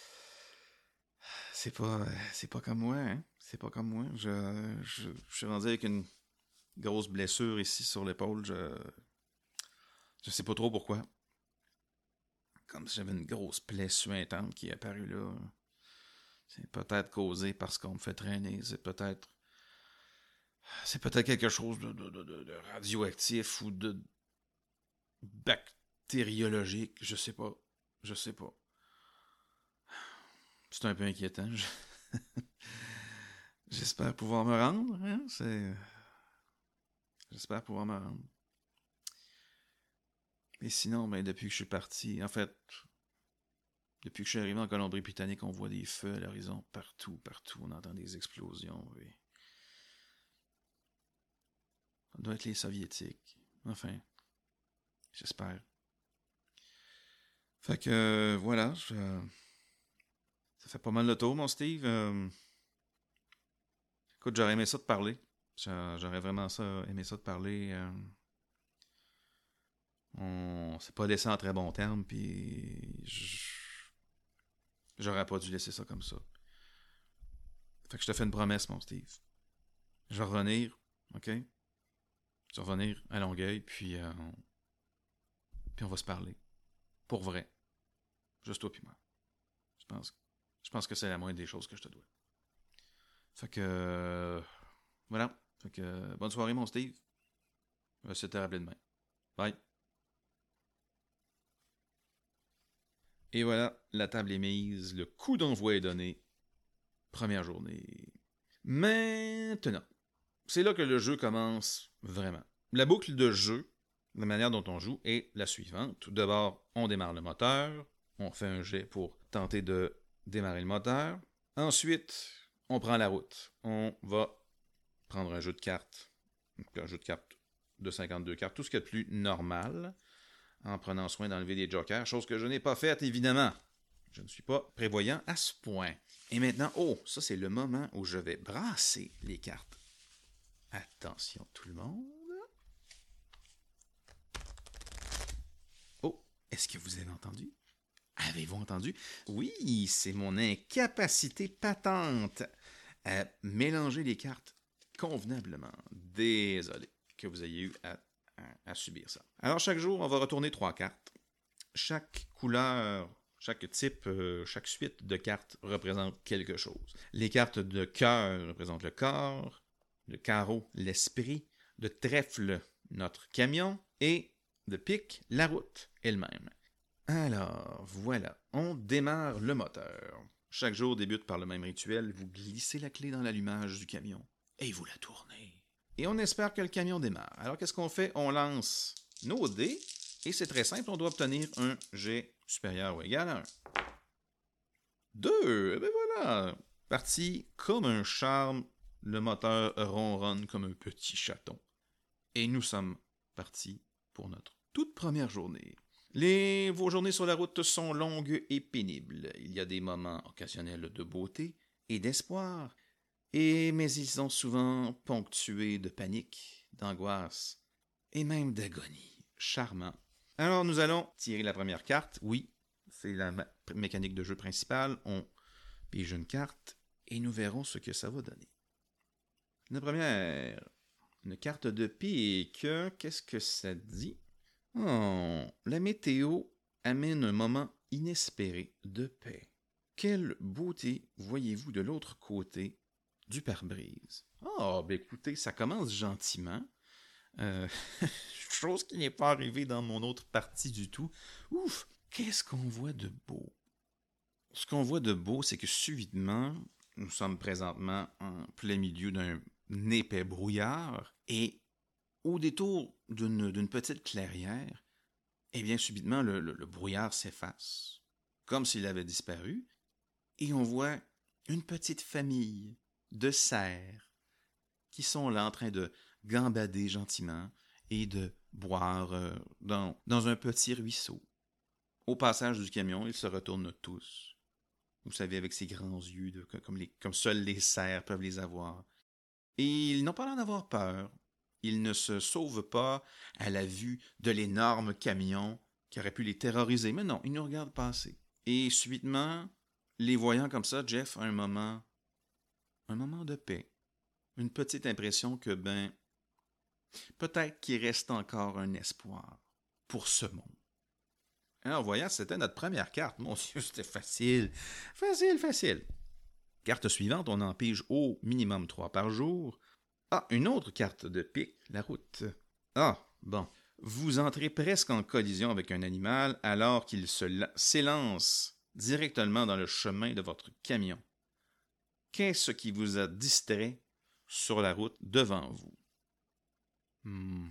C'est pas... C'est pas comme moi, hein? C'est pas comme moi. Je, je, je suis rendu avec une grosse blessure ici sur l'épaule. Je... Je sais pas trop pourquoi. Comme si j'avais une grosse plaie suintante qui est apparue là. C'est peut-être causé parce qu'on me fait traîner. C'est peut-être... C'est peut-être quelque chose de, de, de, de radioactif ou de bactériologique. Je sais pas. Je sais pas. C'est un peu inquiétant. Je... J'espère pouvoir me rendre. Hein? C'est... J'espère pouvoir me rendre. Et sinon, ben, depuis que je suis parti, en fait, depuis que je suis arrivé en Colombie-Britannique, on voit des feux à l'horizon partout, partout. On entend des explosions. Oui. Ça doit être les Soviétiques. Enfin, j'espère. Fait que, euh, voilà. Je... Ça fait pas mal de tour, mon Steve. Euh... Écoute, j'aurais aimé ça de parler. J'aurais vraiment ça, aimé ça de parler. Euh... On s'est pas laissé en très bon terme, puis j'aurais pas dû laisser ça comme ça. Fait que je te fais une promesse, mon Steve. Je vais revenir, ok? Je vais revenir à Longueuil, puis, euh, on... puis on va se parler. Pour vrai. Juste toi puis moi. Je pense, je pense que c'est la moindre des choses que je te dois. Fait que... Euh... Voilà. Fait que... Bonne soirée, mon Steve. Je vais essayer de te rappeler demain. Bye. Et voilà, la table est mise, le coup d'envoi est donné. Première journée. Maintenant, c'est là que le jeu commence vraiment. La boucle de jeu, la manière dont on joue, est la suivante. Tout d'abord, on démarre le moteur. On fait un jet pour tenter de démarrer le moteur. Ensuite, on prend la route. On va prendre un jeu de cartes. Un jeu de cartes de cinquante-deux cartes. Tout ce qui est le plus normal. En prenant soin d'enlever des jokers, chose que je n'ai pas faite, évidemment. Je ne suis pas prévoyant à ce point. Et maintenant, oh, ça c'est le moment où je vais brasser les cartes. Attention tout le monde. Oh, est-ce que vous avez entendu? Avez-vous entendu? Oui, c'est mon incapacité patente à mélanger les cartes convenablement. Désolé que vous ayez eu à à subir ça. Alors, chaque jour, on va retourner trois cartes. Chaque couleur, chaque type, euh, chaque suite de cartes représente quelque chose. Les cartes de cœur représentent le corps, de carreau, l'esprit, de trèfle, notre camion, et de pique, la route elle-même. Alors, voilà, on démarre le moteur. Chaque jour débute par le même rituel. Vous glissez la clé dans l'allumage du camion et vous la tournez. Et on espère que le camion démarre. Alors, qu'est-ce qu'on fait? On lance nos dés, et c'est très simple, on doit obtenir un jet supérieur ou égal à un. Deux! Et bien voilà! Parti comme un charme, le moteur ronronne comme un petit chaton. Et nous sommes partis pour notre toute première journée. Les... Vos journées sur la route sont longues et pénibles. Il y a des moments occasionnels de beauté et d'espoir. Et, mais ils sont souvent ponctués de panique, d'angoisse et même d'agonie. Charmant. Alors, nous allons tirer la première carte. Oui, c'est la ma- mécanique de jeu principale. On pige une carte et nous verrons ce que ça va donner. La première Une carte de pique. Qu'est-ce que ça dit? Oh, la météo amène un moment inespéré de paix. Quelle beauté voyez-vous de l'autre côté du pare-brise? Oh, ben écoutez, ça commence gentiment. Euh, chose qui n'est pas arrivée dans mon autre partie du tout. Ouf, qu'est-ce qu'on voit de beau? Ce qu'on voit de beau, c'est que subitement, nous sommes présentement en plein milieu d'un épais brouillard et au détour d'une, d'une petite clairière, eh bien, subitement, le, le, le brouillard s'efface, comme s'il avait disparu, et on voit une petite famille de cerfs qui sont là en train de gambader gentiment et de boire euh, dans, dans un petit ruisseau. Au passage du camion, ils se retournent tous. Vous savez, avec ces grands yeux, de, comme, les, comme seuls les cerfs peuvent les avoir. Et ils n'ont pas l'air d'avoir peur. Ils ne se sauvent pas à la vue de l'énorme camion qui aurait pu les terroriser. Mais non, ils nous regardent passer. Et subitement, les voyant comme ça, Jeff a un moment, un moment de paix. Une petite impression que, ben, peut-être qu'il reste encore un espoir pour ce monde. Alors, voyons, c'était notre première carte. Mon Dieu, c'était facile. Facile, facile. Carte suivante, on en pige au minimum trois par jour. Ah, une autre carte de pique, la route. Ah, bon. Vous entrez presque en collision avec un animal alors qu'il se la- s'élance directement dans le chemin de votre camion. Qu'est-ce qui vous a distrait sur la route devant vous? Hmm.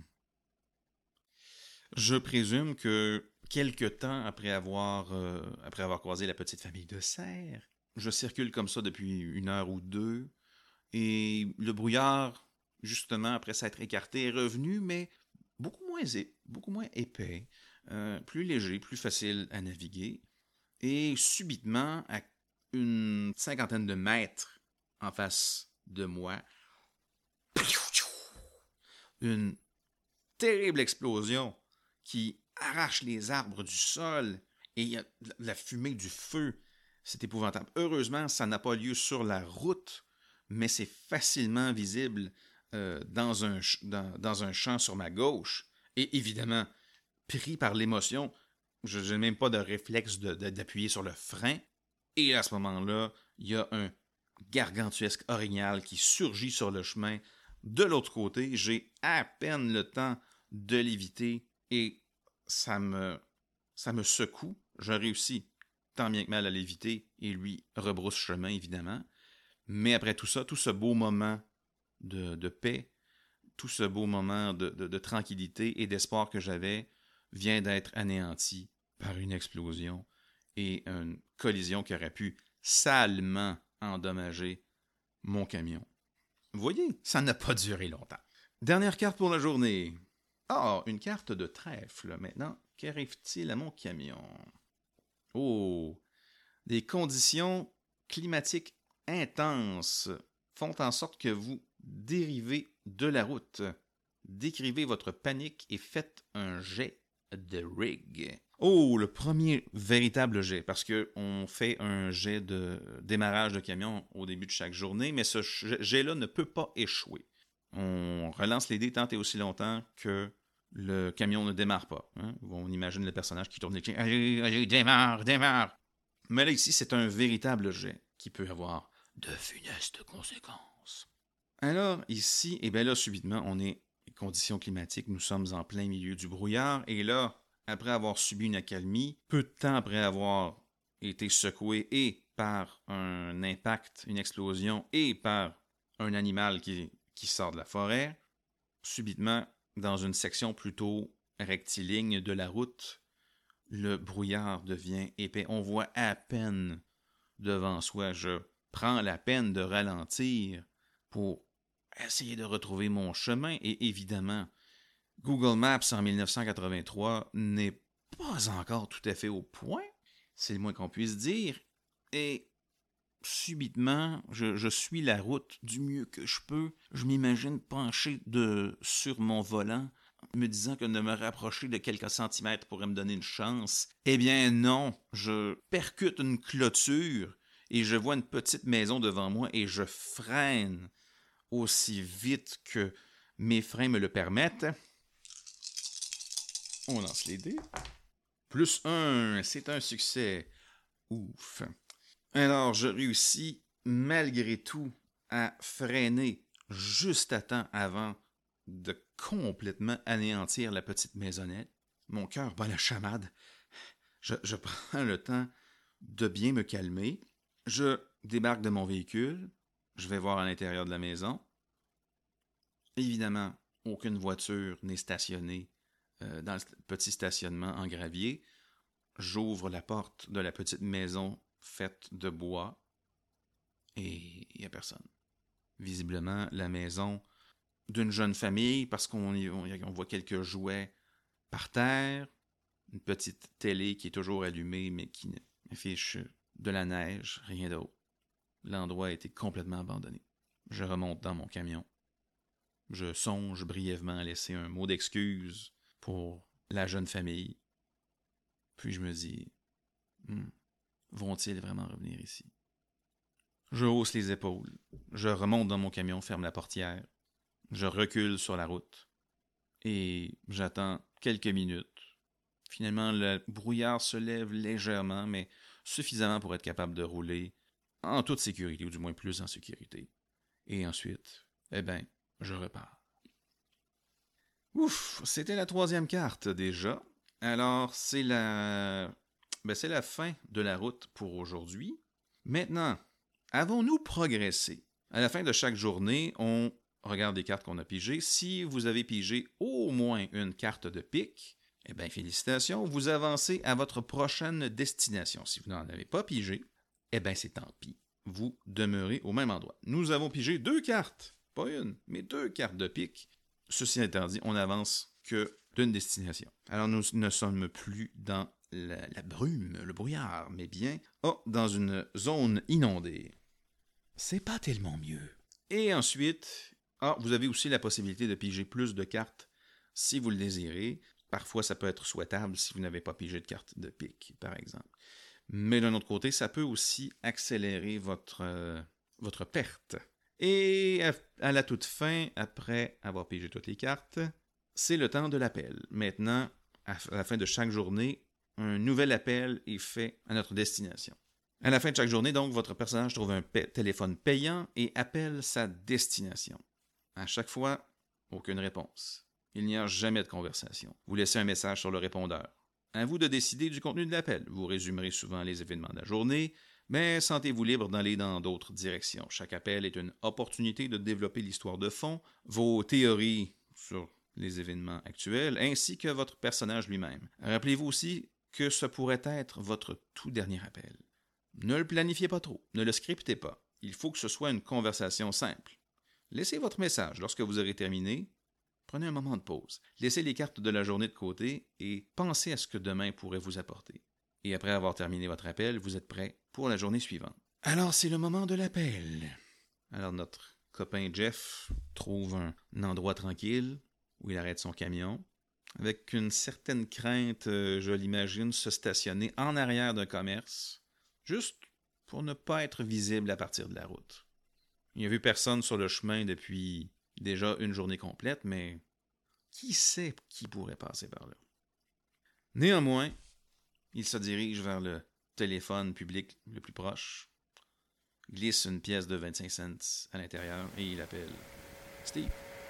Je présume que quelque temps après avoir, euh, après avoir croisé la petite famille de cerfs, je circule comme ça depuis une heure ou deux, et le brouillard, justement, après s'être écarté, est revenu, mais beaucoup moins, é- beaucoup moins épais, euh, plus léger, plus facile à naviguer, et subitement, à une cinquantaine de mètres en face de moi, une terrible explosion qui arrache les arbres du sol et il y a de la fumée du feu. C'est épouvantable. Heureusement, ça n'a pas lieu sur la route, mais c'est facilement visible euh, dans, un, dans, dans un champ sur ma gauche. Et évidemment, pris par l'émotion, je n'ai même pas de réflexe de, de, d'appuyer sur le frein. Et à ce moment-là, il y a un gargantuesque orignal qui surgit sur le chemin. De l'autre côté, j'ai à peine le temps de l'éviter et ça me, ça me secoue. Je réussis tant bien que mal à l'éviter et lui rebrousse chemin, évidemment. Mais après tout ça, tout ce beau moment de, de paix, tout ce beau moment de, de, de tranquillité et d'espoir que j'avais vient d'être anéanti par une explosion et une collision qui aurait pu salement endommager mon camion. Vous voyez, ça n'a pas duré longtemps. Dernière carte pour la journée. Ah, une carte de trèfle. Maintenant, qu'arrive-t-il à mon camion? Oh, des conditions climatiques intenses font en sorte que vous dérivez de la route. Décrivez votre panique et faites un jet de rig. Oh, le premier véritable jet, parce qu'on fait un jet de démarrage de camion au début de chaque journée, mais ce jet-là ne peut pas échouer. On relance les dés tant et aussi longtemps que le camion ne démarre pas. Hein? On imagine le personnage qui tourne les clés. Allez, allez, démarre, démarre. Mais là, ici, c'est un véritable jet qui peut avoir de funestes conséquences. Alors, ici, et bien là, subitement, on est conditions climatiques, nous sommes en plein milieu du brouillard, et là, après avoir subi une accalmie, peu de temps après avoir été secoué et par un impact, une explosion, et par un animal qui, qui sort de la forêt, subitement, dans une section plutôt rectiligne de la route, le brouillard devient épais. On voit à peine devant soi. Je prends la peine de ralentir pour essayer de retrouver mon chemin et évidemment, Google Maps en dix-neuf cent quatre-vingt-trois n'est pas encore tout à fait au point, c'est le moins qu'on puisse dire, et subitement, je, je suis la route du mieux que je peux. Je m'imagine penché de, sur mon volant, me disant que de me rapprocher de quelques centimètres pourrait me donner une chance. Eh bien non, je percute une clôture et je vois une petite maison devant moi et je freine aussi vite que mes freins me le permettent. On lance les dés. Plus un, c'est un succès. Ouf. Alors, je réussis, malgré tout, à freiner juste à temps avant de complètement anéantir la petite maisonnette. Mon cœur bat la chamade. Je, je prends le temps de bien me calmer. Je débarque de mon véhicule. Je vais voir à l'intérieur de la maison. Évidemment, aucune voiture n'est stationnée euh, dans le petit stationnement en gravier. J'ouvre la porte de la petite maison faite de bois et il n'y a personne. Visiblement, la maison d'une jeune famille, parce qu'on y, on, on voit quelques jouets par terre, une petite télé qui est toujours allumée, mais qui affiche de la neige, rien d'autre. L'endroit a été complètement abandonné. Je remonte dans mon camion. Je songe brièvement à laisser un mot d'excuse pour la jeune famille. Puis je me dis, hmm, vont-ils vraiment revenir ici? Je hausse les épaules. Je remonte dans mon camion, ferme la portière. Je recule sur la route. Et j'attends quelques minutes. Finalement, le brouillard se lève légèrement, mais suffisamment pour être capable de rouler en toute sécurité, ou du moins plus en sécurité. Et ensuite, eh bien, je repars. Ouf, c'était la troisième carte déjà. Alors, c'est la... Ben, c'est la fin de la route pour aujourd'hui. Maintenant, avons-nous progressé? À la fin de chaque journée, on regarde les cartes qu'on a pigées. Si vous avez pigé au moins une carte de pique, eh bien, félicitations, vous avancez à votre prochaine destination. Si vous n'en avez pas pigé, eh bien, c'est tant pis. Vous demeurez au même endroit. Nous avons pigé deux cartes, pas une, mais deux cartes de pique. Ceci étant dit, on n'avance que d'une destination. Alors, nous ne sommes plus dans la, la brume, le brouillard, mais bien oh, dans une zone inondée. C'est pas tellement mieux. Et ensuite, ah, vous avez aussi la possibilité de piger plus de cartes si vous le désirez. Parfois, ça peut être souhaitable si vous n'avez pas pigé de carte de pique, par exemple. Mais d'un autre côté, ça peut aussi accélérer votre, euh, votre perte. Et à, à la toute fin, après avoir pigé toutes les cartes, c'est le temps de l'appel. Maintenant, à la fin de chaque journée, un nouvel appel est fait à notre destination. À la fin de chaque journée, donc, votre personnage trouve un pa- téléphone payant et appelle sa destination. À chaque fois, aucune réponse. Il n'y a jamais de conversation. Vous laissez un message sur le répondeur. À vous de décider du contenu de l'appel. Vous résumerez souvent les événements de la journée, mais sentez-vous libre d'aller dans d'autres directions. Chaque appel est une opportunité de développer l'histoire de fond, vos théories sur les événements actuels, ainsi que votre personnage lui-même. Rappelez-vous aussi que ce pourrait être votre tout dernier appel. Ne le planifiez pas trop, ne le scriptez pas. Il faut que ce soit une conversation simple. Laissez votre message. Lorsque vous aurez terminé, prenez un moment de pause. Laissez les cartes de la journée de côté et pensez à ce que demain pourrait vous apporter. Et après avoir terminé votre appel, vous êtes prêt pour la journée suivante. Alors, c'est le moment de l'appel. Alors, notre copain Jeff trouve un endroit tranquille où il arrête son camion. Avec une certaine crainte, euh, je l'imagine, se stationner en arrière d'un commerce, juste pour ne pas être visible à partir de la route. Il n'y a vu personne sur le chemin depuis déjà une journée complète, mais qui sait qui pourrait passer par là? Néanmoins, il se dirige vers le téléphone public le plus proche, glisse une pièce de vingt-cinq cents à l'intérieur et il appelle Steve.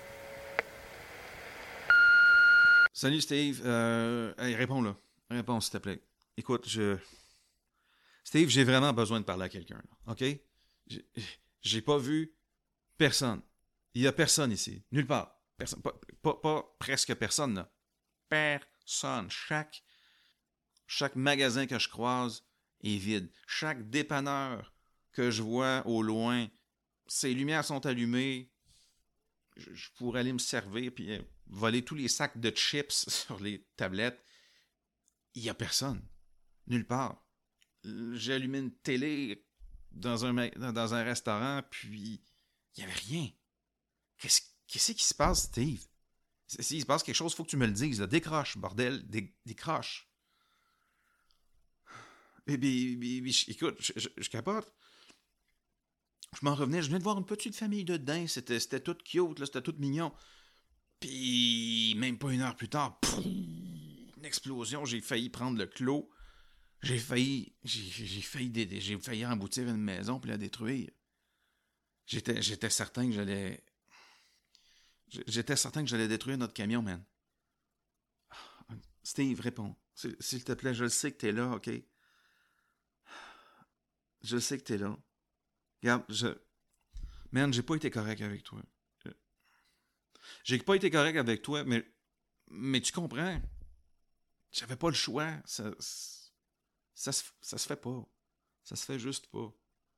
Salut Steve, euh, hey, réponds là. Réponds s'il te plaît. Écoute, je... Steve, j'ai vraiment besoin de parler à quelqu'un, là, ok? J'ai, j'ai pas vu personne. Il y a personne ici. Nulle part. Personne. Pas, pas, pas presque personne, là. Personne. Chaque, chaque magasin que je croise est vide. Chaque dépanneur que je vois au loin, ses lumières sont allumées. Je, je pourrais aller me servir puis euh, voler tous les sacs de chips sur les tablettes. Il y a personne. Nulle part. J'ai allumé une télé dans un, dans un restaurant, puis il n'y avait rien. Qu'est-ce, qu'est-ce qui se passe, Steve? S'il se passe quelque chose, il faut que tu me le dises. Là. Décroche, bordel. Dé, décroche. Et, et, et, et, écoute, je, je, je capote. Je m'en revenais. Je venais de voir une petite famille de daims. C'était, c'était tout cute, là, c'était tout mignon. Puis, même pas une heure plus tard, pouf, une explosion, j'ai failli prendre le clos. J'ai failli, j'ai, j'ai failli, dé- j'ai failli emboutir une maison puis la détruire. J'étais, j'étais certain que j'allais, j'étais certain que j'allais détruire notre camion, man. Steve, réponds. S'il, s'il te plaît, je le sais que t'es là, ok? Je le sais que t'es là. Regarde, je, man, j'ai pas été correct avec toi. J'ai pas été correct avec toi, mais, mais tu comprends? J'avais pas le choix. Ça, ça, se, ça se fait pas. Ça se fait juste pas.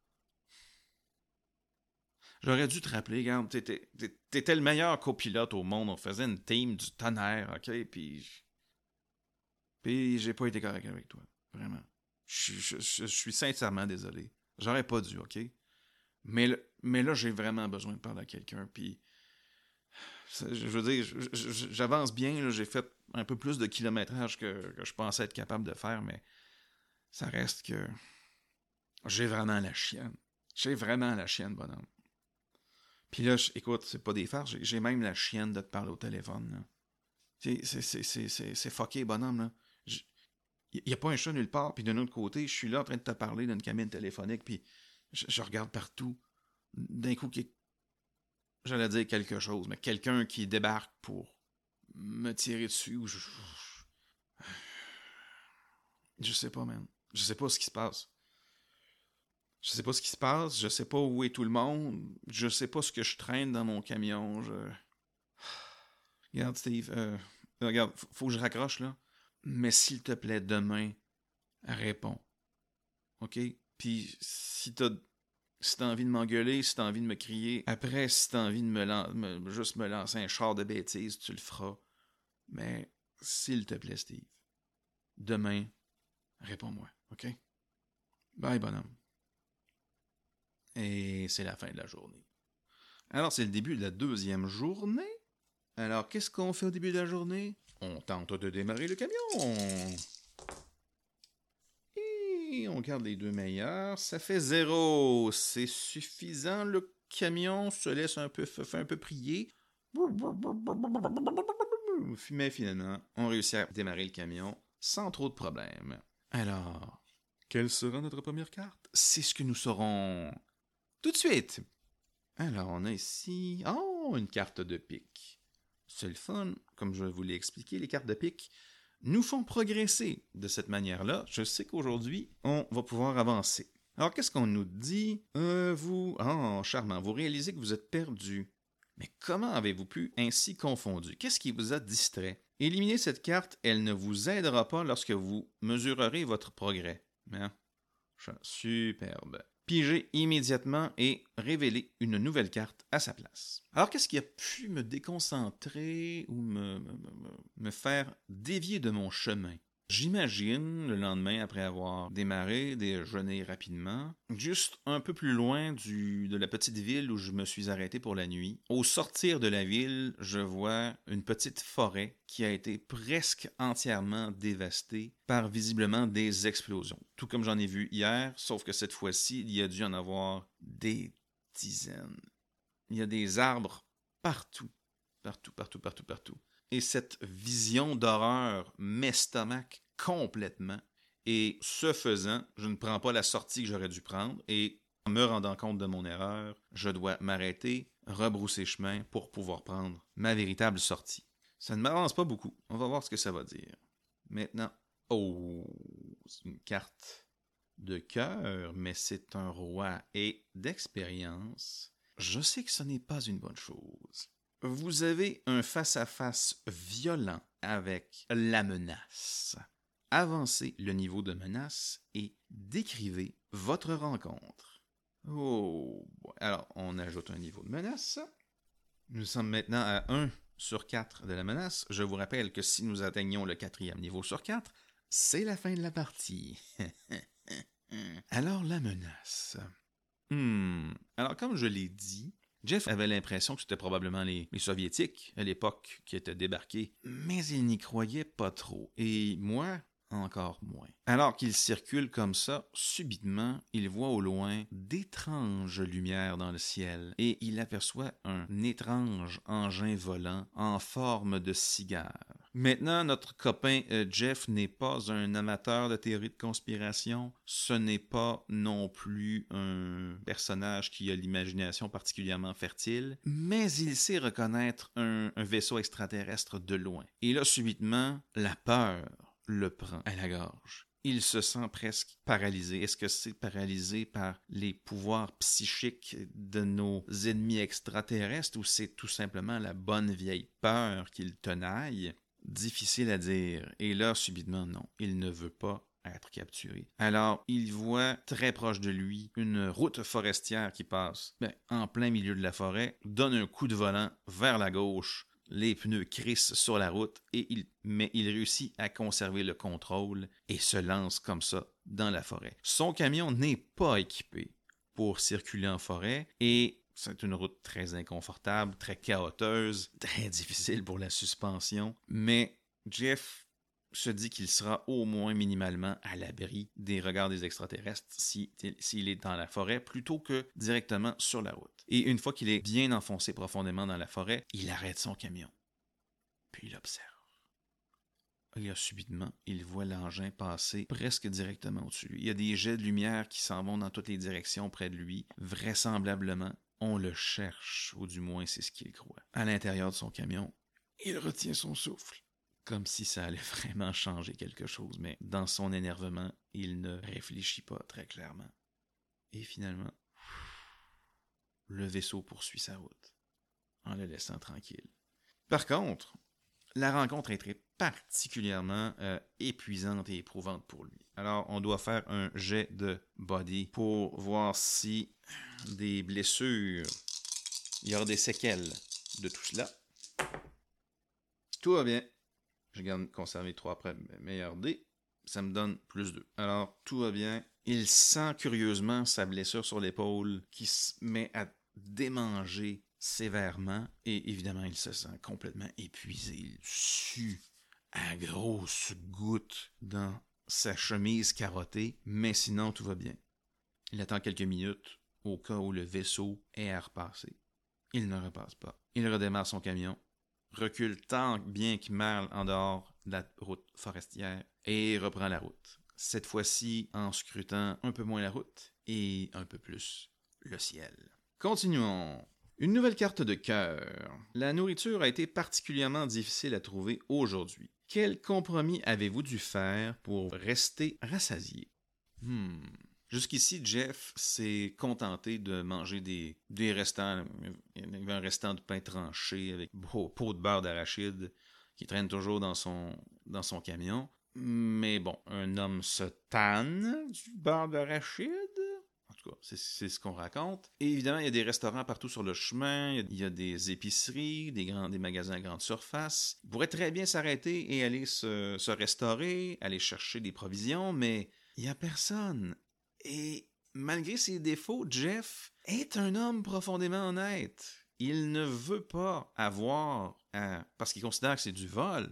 J'aurais dû te rappeler, regarde, t'étais, t'étais le meilleur copilote au monde. On faisait une team du tonnerre, ok? Puis, puis j'ai pas été correct avec toi. Vraiment. Je, je, je, je suis sincèrement désolé. J'aurais pas dû, ok? Mais, le, mais là, j'ai vraiment besoin de parler à quelqu'un. Puis, je veux dire, j'avance bien. Là, j'ai fait un peu plus de kilométrage que, que je pensais être capable de faire, mais ça reste que j'ai vraiment la chienne. J'ai vraiment la chienne, bonhomme. Puis là, je, écoute, c'est pas des farces, j'ai, j'ai même la chienne de te parler au téléphone. Là. C'est, c'est, c'est, c'est, c'est, c'est fucké, bonhomme. Là. Il n'y a pas un chat nulle part, puis d'un autre côté, je suis là en train de te parler d'une cabine téléphonique, puis je, je regarde partout. D'un coup, qui, j'allais dire quelque chose, mais quelqu'un qui débarque pour me tirer dessus, ou je, je... Je sais pas, man. Je sais pas ce qui se passe. Je sais pas ce qui se passe, je sais pas où est tout le monde, je sais pas ce que je traîne dans mon camion, je... Regarde, Steve, euh, regarde, faut que je raccroche, là. Mais s'il te plaît, demain, réponds. OK? Puis si t'as, si t'as envie de m'engueuler, si t'as envie de me crier, après, si t'as envie de me, lan- me juste me lancer un char de bêtises, tu le feras. Mais s'il te plaît, Steve, demain, réponds-moi. OK? Bye, bonhomme. Et c'est la fin de la journée. Alors, c'est le début de la deuxième journée. Alors, qu'est-ce qu'on fait au début de la journée? On tente de démarrer le camion. Et on garde les deux meilleurs. Ça fait zéro. C'est suffisant. Le camion se laisse un peu, fait un peu prier. Mais finalement, on réussit à démarrer le camion sans trop de problèmes. Alors, quelle sera notre première carte? C'est ce que nous saurons tout de suite. Alors, on a ici... Oh, une carte de pique. C'est le fun. Comme je vous l'ai expliqué, les cartes de pique nous font progresser de cette manière-là. Je sais qu'aujourd'hui, on va pouvoir avancer. Alors, qu'est-ce qu'on nous dit? Euh, vous... Oh, charmant. Vous réalisez que vous êtes perdu. Mais comment avez-vous pu ainsi confondu? Qu'est-ce qui vous a distrait? Éliminez cette carte, elle ne vous aidera pas lorsque vous mesurerez votre progrès. Hein? Superbe. Pigez immédiatement et révéler une nouvelle carte à sa place. Alors, qu'est-ce qui a pu me déconcentrer ou me, me, me, me faire dévier de mon chemin? J'imagine, le lendemain, après avoir démarré, déjeuné rapidement, juste un peu plus loin du, de la petite ville où je me suis arrêté pour la nuit. Au sortir de la ville, je vois une petite forêt qui a été presque entièrement dévastée par visiblement des explosions. Tout comme j'en ai vu hier, sauf que cette fois-ci, il y a dû en avoir des dizaines. Il y a des arbres partout, partout, partout, partout, partout. Et cette vision d'horreur m'estomaque complètement. Et ce faisant, je ne prends pas la sortie que j'aurais dû prendre. Et en me rendant compte de mon erreur, je dois m'arrêter, rebrousser chemin pour pouvoir prendre ma véritable sortie. Ça ne m'avance pas beaucoup. On va voir ce que ça va dire. Maintenant, oh, c'est une carte de cœur, mais c'est un roi et d'expérience. Je sais que ce n'est pas une bonne chose. Vous avez un face-à-face violent avec la menace. Avancez le niveau de menace et décrivez votre rencontre. Oh, alors on ajoute un niveau de menace. Nous sommes maintenant à un sur quatre de la menace. Je vous rappelle que si nous atteignons le quatrième niveau sur quatre, c'est la fin de la partie. Alors la menace. Hmm. Alors comme je l'ai dit, Jeff avait l'impression que c'était probablement les, les Soviétiques, à l'époque, qui étaient débarqués, mais il n'y croyait pas trop. Et moi, encore moins. Alors qu'il circule comme ça, subitement, il voit au loin d'étranges lumières dans le ciel et il aperçoit un étrange engin volant en forme de cigare. Maintenant, notre copain euh, Jeff n'est pas un amateur de théorie de conspiration, ce n'est pas non plus un personnage qui a l'imagination particulièrement fertile, mais il sait reconnaître un, un vaisseau extraterrestre de loin. Et là, subitement, la peur le prend à la gorge. Il se sent presque paralysé. Est-ce que c'est paralysé par les pouvoirs psychiques de nos ennemis extraterrestres ou c'est tout simplement la bonne vieille peur qui le tenaille? Difficile à dire. Et là, subitement, non. Il ne veut pas être capturé. Alors, il voit très proche de lui une route forestière qui passe ben, en plein milieu de la forêt, donne un coup de volant vers la gauche. Les pneus crissent sur la route, et il, mais il réussit à conserver le contrôle et se lance comme ça dans la forêt. Son camion n'est pas équipé pour circuler en forêt et c'est une route très inconfortable, très chaoteuse, très difficile pour la suspension, mais Jeff se dit qu'il sera au moins minimalement à l'abri des regards des extraterrestres s'il si, est dans la forêt plutôt que directement sur la route. Et une fois qu'il est bien enfoncé profondément dans la forêt, il arrête son camion. Puis il observe. Et là, subitement, il voit l'engin passer presque directement au-dessus de lui. Il y a des jets de lumière qui s'en vont dans toutes les directions près de lui. Vraisemblablement, on le cherche, ou du moins c'est ce qu'il croit. À l'intérieur de son camion, il retient son souffle. Comme si ça allait vraiment changer quelque chose, mais dans son énervement, il ne réfléchit pas très clairement. Et finalement, le vaisseau poursuit sa route, en le laissant tranquille. Par contre, la rencontre est très particulièrement euh, épuisante et éprouvante pour lui. Alors, on doit faire un jet de body pour voir si des blessures, il y aura des séquelles de tout cela. Tout va bien. Je garde conserver trois après meilleur dé. Ça me donne plus deux. Alors, tout va bien. Il sent curieusement sa blessure sur l'épaule qui se met à démanger sévèrement. Et évidemment, il se sent complètement épuisé. Il sue à grosses gouttes dans sa chemise carottée. Mais sinon, tout va bien. Il attend quelques minutes au cas où le vaisseau est à repasser. Il ne repasse pas. Il redémarre son camion. Recule tant bien que mal en dehors de la route forestière et reprend la route. Cette fois-ci en scrutant un peu moins la route et un peu plus le ciel. Continuons. Une nouvelle carte de cœur. La nourriture a été particulièrement difficile à trouver aujourd'hui. Quel compromis avez-vous dû faire pour rester rassasié? Hmm... Jusqu'ici, Jeff s'est contenté de manger des, des restants. Il y avait un restant de pain tranché avec pot de beurre d'arachide qui traîne toujours dans son, dans son camion. Mais bon, un homme se tanne du beurre d'arachide. En tout cas, c'est, c'est ce qu'on raconte. Et évidemment, il y a des restaurants partout sur le chemin. Il y a des épiceries, des, grands, des magasins à grande surface. Il pourrait très bien s'arrêter et aller se, se restaurer, aller chercher des provisions, mais il n'y a personne. Et malgré ses défauts, Jeff est un homme profondément honnête. Il ne veut pas avoir, à, parce qu'il considère que c'est du vol,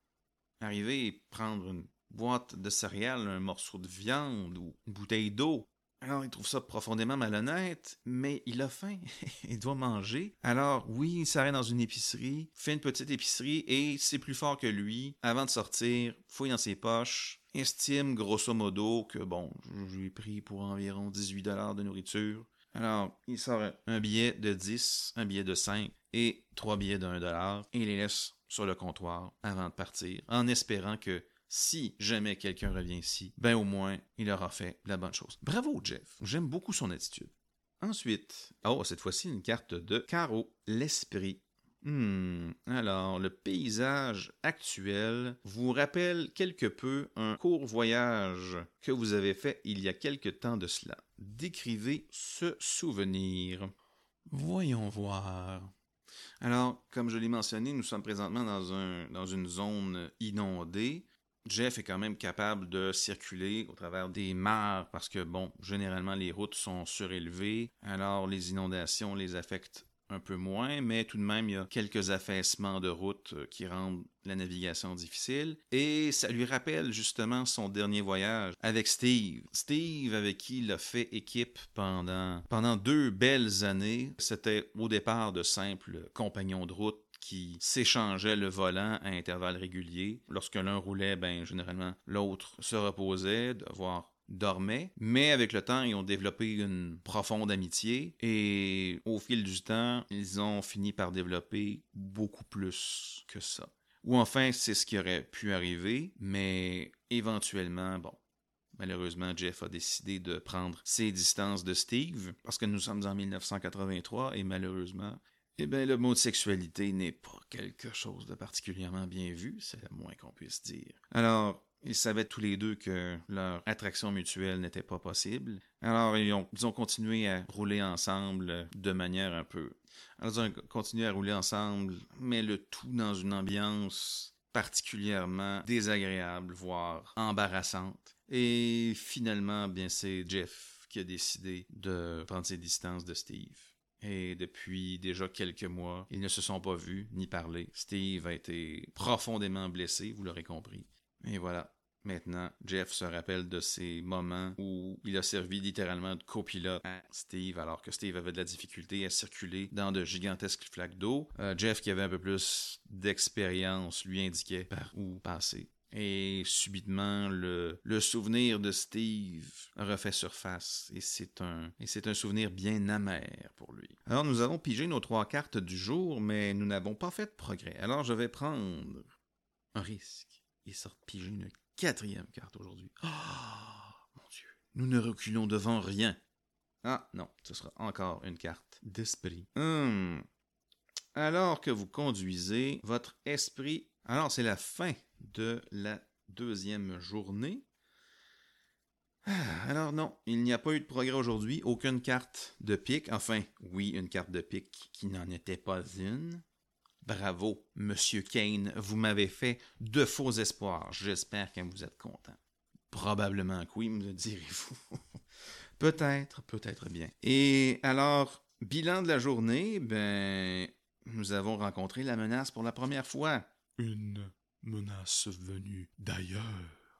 arriver et prendre une boîte de céréales, un morceau de viande ou une bouteille d'eau. Alors, il trouve ça profondément malhonnête, mais il a faim, il doit manger. Alors, oui, il s'arrête dans une épicerie, fait une petite épicerie et c'est plus fort que lui. Avant de sortir, fouille dans ses poches, estime grosso modo que, bon, je lui ai pris pour environ dix-huit dollars de nourriture. Alors, il sort un billet de dix, un billet de cinq et trois billets de un dollar et il les laisse sur le comptoir avant de partir, en espérant que si jamais quelqu'un revient ici, ben au moins, il aura fait la bonne chose. Bravo, Jeff. J'aime beaucoup son attitude. Ensuite, oh, cette fois-ci, une carte de carreau. L'esprit. Hmm. Alors, le paysage actuel vous rappelle quelque peu un court voyage que vous avez fait il y a quelque temps de cela. Décrivez ce souvenir. Voyons voir. Alors, comme je l'ai mentionné, nous sommes présentement dans, un, dans une zone inondée. Jeff est quand même capable de circuler au travers des mares parce que, bon, généralement, les routes sont surélevées. Alors, les inondations les affectent un peu moins, mais tout de même, il y a quelques affaissements de route qui rendent la navigation difficile. Et ça lui rappelle justement son dernier voyage avec Steve. Steve, avec qui il a fait équipe pendant, pendant deux belles années. C'était au départ de simples compagnons de route qui s'échangeaient le volant à intervalles réguliers. Lorsque l'un roulait, ben généralement l'autre se reposait, voire dormait. Mais avec le temps, ils ont développé une profonde amitié et au fil du temps, ils ont fini par développer beaucoup plus que ça. Ou enfin, c'est ce qui aurait pu arriver, mais éventuellement, bon, malheureusement, Jeff a décidé de prendre ses distances de Steve parce que nous sommes en dix-neuf cent quatre-vingt-trois et malheureusement, eh bien, le mot de sexualité n'est pas quelque chose de particulièrement bien vu, c'est le moins qu'on puisse dire. Alors, ils savaient tous les deux que leur attraction mutuelle n'était pas possible. Alors, ils ont, ils ont continué à rouler ensemble de manière un peu... Alors, ils ont continué à rouler ensemble, mais le tout dans une ambiance particulièrement désagréable, voire embarrassante. Et finalement, bien, c'est Jeff qui a décidé de prendre ses distances de Steve. Et depuis déjà quelques mois, ils ne se sont pas vus ni parlé. Steve a été profondément blessé, vous l'aurez compris. Et voilà. Maintenant, Jeff se rappelle de ces moments où il a servi littéralement de copilote à Steve, alors que Steve avait de la difficulté à circuler dans de gigantesques flaques d'eau. Euh, Jeff, qui avait un peu plus d'expérience, lui indiquait par où passer. Et subitement, le, le souvenir de Steve refait surface. Et c'est un, et c'est un souvenir bien amer pour lui. Alors, nous avons pigé nos trois cartes du jour, mais nous n'avons pas fait de progrès. Alors, je vais prendre un risque et sortir piger une quatrième carte aujourd'hui. Ah, oh, mon Dieu. Nous ne reculons devant rien. Ah, non, ce sera encore une carte d'esprit. Hum. Alors que vous conduisez votre esprit... Alors, c'est la fin de la deuxième journée. Ah, alors non, il n'y a pas eu de progrès aujourd'hui. Aucune carte de pique. Enfin, oui, une carte de pique qui n'en était pas une. Bravo, Monsieur Kane, vous m'avez fait de faux espoirs. J'espère que vous êtes content. Probablement que oui, me direz-vous. Peut-être, peut-être bien. Et alors, bilan de la journée, ben, nous avons rencontré la menace pour la première fois. Une menace venue d'ailleurs.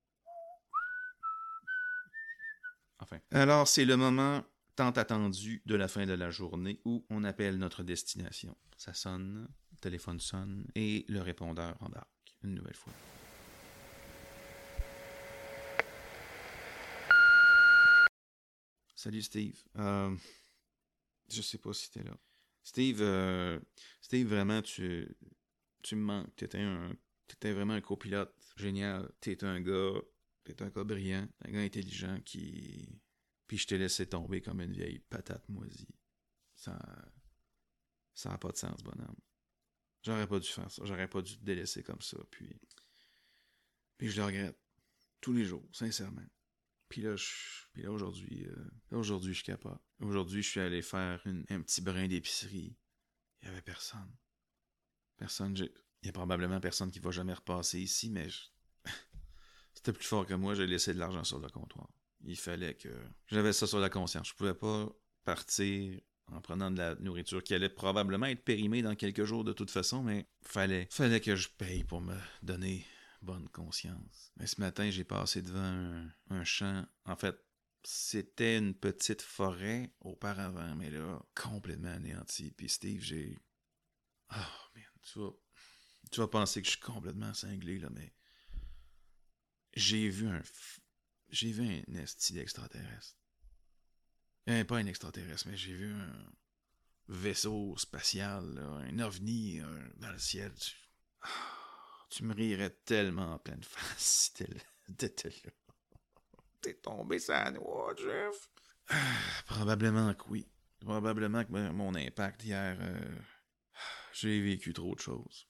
Enfin. Alors, c'est le moment tant attendu de la fin de la journée où on appelle notre destination. Ça sonne, le téléphone sonne et le répondeur embarque une nouvelle fois. Salut Steve. Euh, je sais pas si t'es là. Steve, euh, Steve, vraiment, tu, tu me manques. T'étais un, t'étais vraiment un copilote génial. T'es un gars, t'es un gars brillant, un gars intelligent qui... Puis je t'ai laissé tomber comme une vieille patate moisie. Ça... Ça n'a pas de sens, bonhomme. J'aurais pas dû faire ça. J'aurais pas dû te délaisser comme ça. Puis... Puis je le regrette. Tous les jours, sincèrement. Puis là, je... Puis là aujourd'hui, euh... là, aujourd'hui, je suis capable. Aujourd'hui, je suis allé faire une... un petit brin d'épicerie. Il y avait personne. Personne. J'ai... Il y a probablement personne qui va jamais repasser ici, mais je... c'était plus fort que moi. J'ai laissé de l'argent sur le comptoir. Il fallait que... J'avais ça sur la conscience. Je pouvais pas partir en prenant de la nourriture qui allait probablement être périmée dans quelques jours de toute façon, mais fallait, fallait que je paye pour me donner bonne conscience. Mais ce matin, j'ai passé devant un, un champ. En fait, c'était une petite forêt auparavant, mais là, complètement anéantie. Puis Steve, j'ai... Oh, man, tu vas... Tu vas penser que je suis complètement cinglé, là, mais... J'ai vu un... J'ai vu un esti d'extraterrestre. Euh, pas un extraterrestre, mais j'ai vu un vaisseau spatial, là, un ovni euh, dans le ciel. Tu... Oh, tu me rirais tellement en pleine face si t'étais là. T'es tombé sur la noix, Jeff? Ah, probablement que oui. Probablement que ben, mon impact hier, euh, j'ai vécu trop de choses.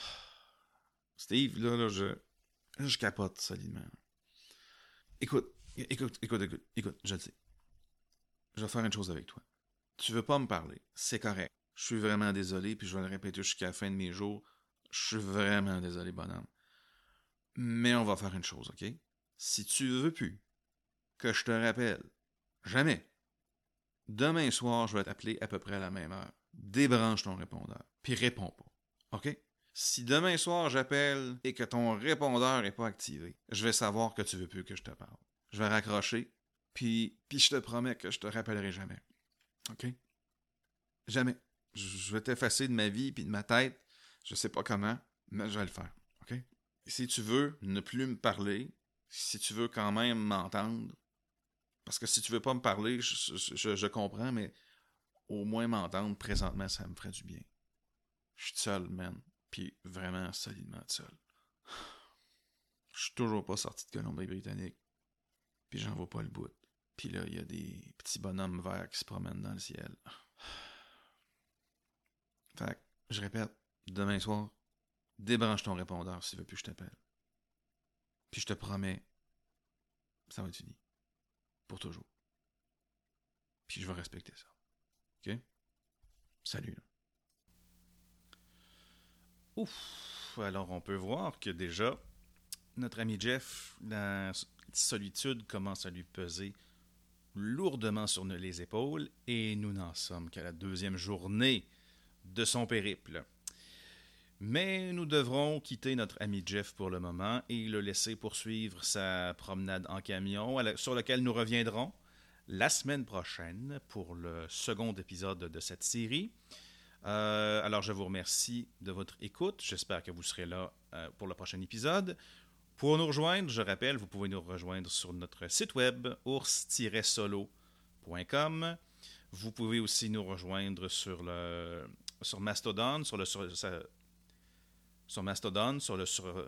Steve, là, là, je, là, je capote solidement. Écoute, écoute, écoute, écoute, écoute, je le sais. Je vais faire une chose avec toi. Tu veux pas me parler, c'est correct. Je suis vraiment désolé, puis je vais le répéter jusqu'à la fin de mes jours. Je suis vraiment désolé, bonhomme. Mais on va faire une chose, OK? Si tu veux plus que je te rappelle, jamais, demain soir, je vais t'appeler à peu près à la même heure. débranche ton répondeur, puis réponds pas. OK? Si demain soir j'appelle et que ton répondeur n'est pas activé, je vais savoir que tu veux plus que je te parle. Je vais raccrocher, puis, puis je te promets que je te rappellerai jamais. OK? Jamais. Je vais t'effacer de ma vie puis de ma tête. Je sais pas comment, mais je vais le faire. OK? Et si tu veux ne plus me parler, si tu veux quand même m'entendre, parce que si tu veux pas me parler, je, je, je comprends, mais au moins m'entendre, présentement, ça me ferait du bien. Je suis seul, man. Puis vraiment solidement seul. Je suis toujours pas sorti de Colombie-Britannique. Puis j'en vois pas le bout. Puis là, il y a des petits bonhommes verts qui se promènent dans le ciel. Fait que, je répète, demain soir, débranche ton répondeur si tu veux plus que je t'appelle. Puis je te promets, ça va être fini. Pour toujours. Puis je vais respecter ça. OK? Salut. Là. Ouf! Alors on peut voir que déjà, notre ami Jeff, la solitude commence à lui peser lourdement sur les épaules et nous n'en sommes qu'à la deuxième journée de son périple. Mais nous devrons quitter notre ami Jeff pour le moment et le laisser poursuivre sa promenade en camion sur laquelle nous reviendrons la semaine prochaine pour le second épisode de cette série. Euh, alors je vous remercie de votre écoute. J'espère que vous serez là euh, pour le prochain épisode. Pour nous rejoindre, je rappelle, vous pouvez nous rejoindre sur notre site web ours tiret solo point com. Vous pouvez aussi nous rejoindre sur le sur Mastodon, sur le sur, sur Mastodon, sur le sur,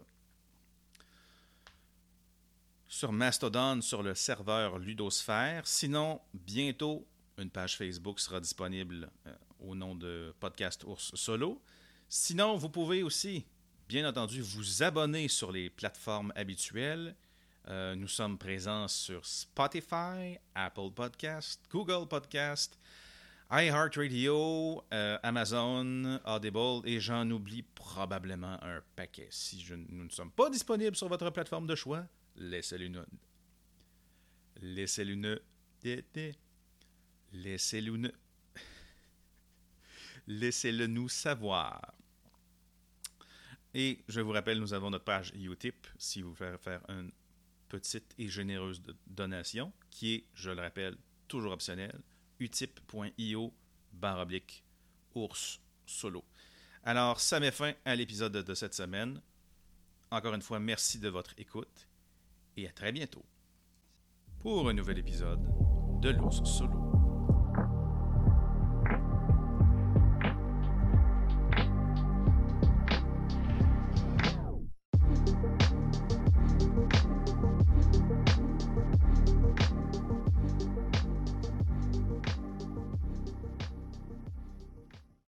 sur Mastodon, sur le serveur Ludosphère. Sinon, bientôt, une page Facebook sera disponible euh, au nom de Podcast Ours Solo. Sinon, vous pouvez aussi, bien entendu, vous abonner sur les plateformes habituelles. Euh, nous sommes présents sur Spotify, Apple Podcast, Google Podcast, iHeartRadio, euh, Amazon, Audible, et j'en oublie probablement un paquet. Si je, nous ne sommes pas disponibles sur votre plateforme de choix, laissez-le nous. Laissez-le nous. Laissez-le nous. Laissez-le nous savoir. Et je vous rappelle, nous avons notre page Utip, si vous voulez faire une petite et généreuse donation, qui est, je le rappelle, toujours optionnelle, utip.io barre oblique ours solo. Alors, ça met fin à l'épisode de cette semaine. Encore une fois, merci de votre écoute et à très bientôt pour un nouvel épisode de l'Ours Solo.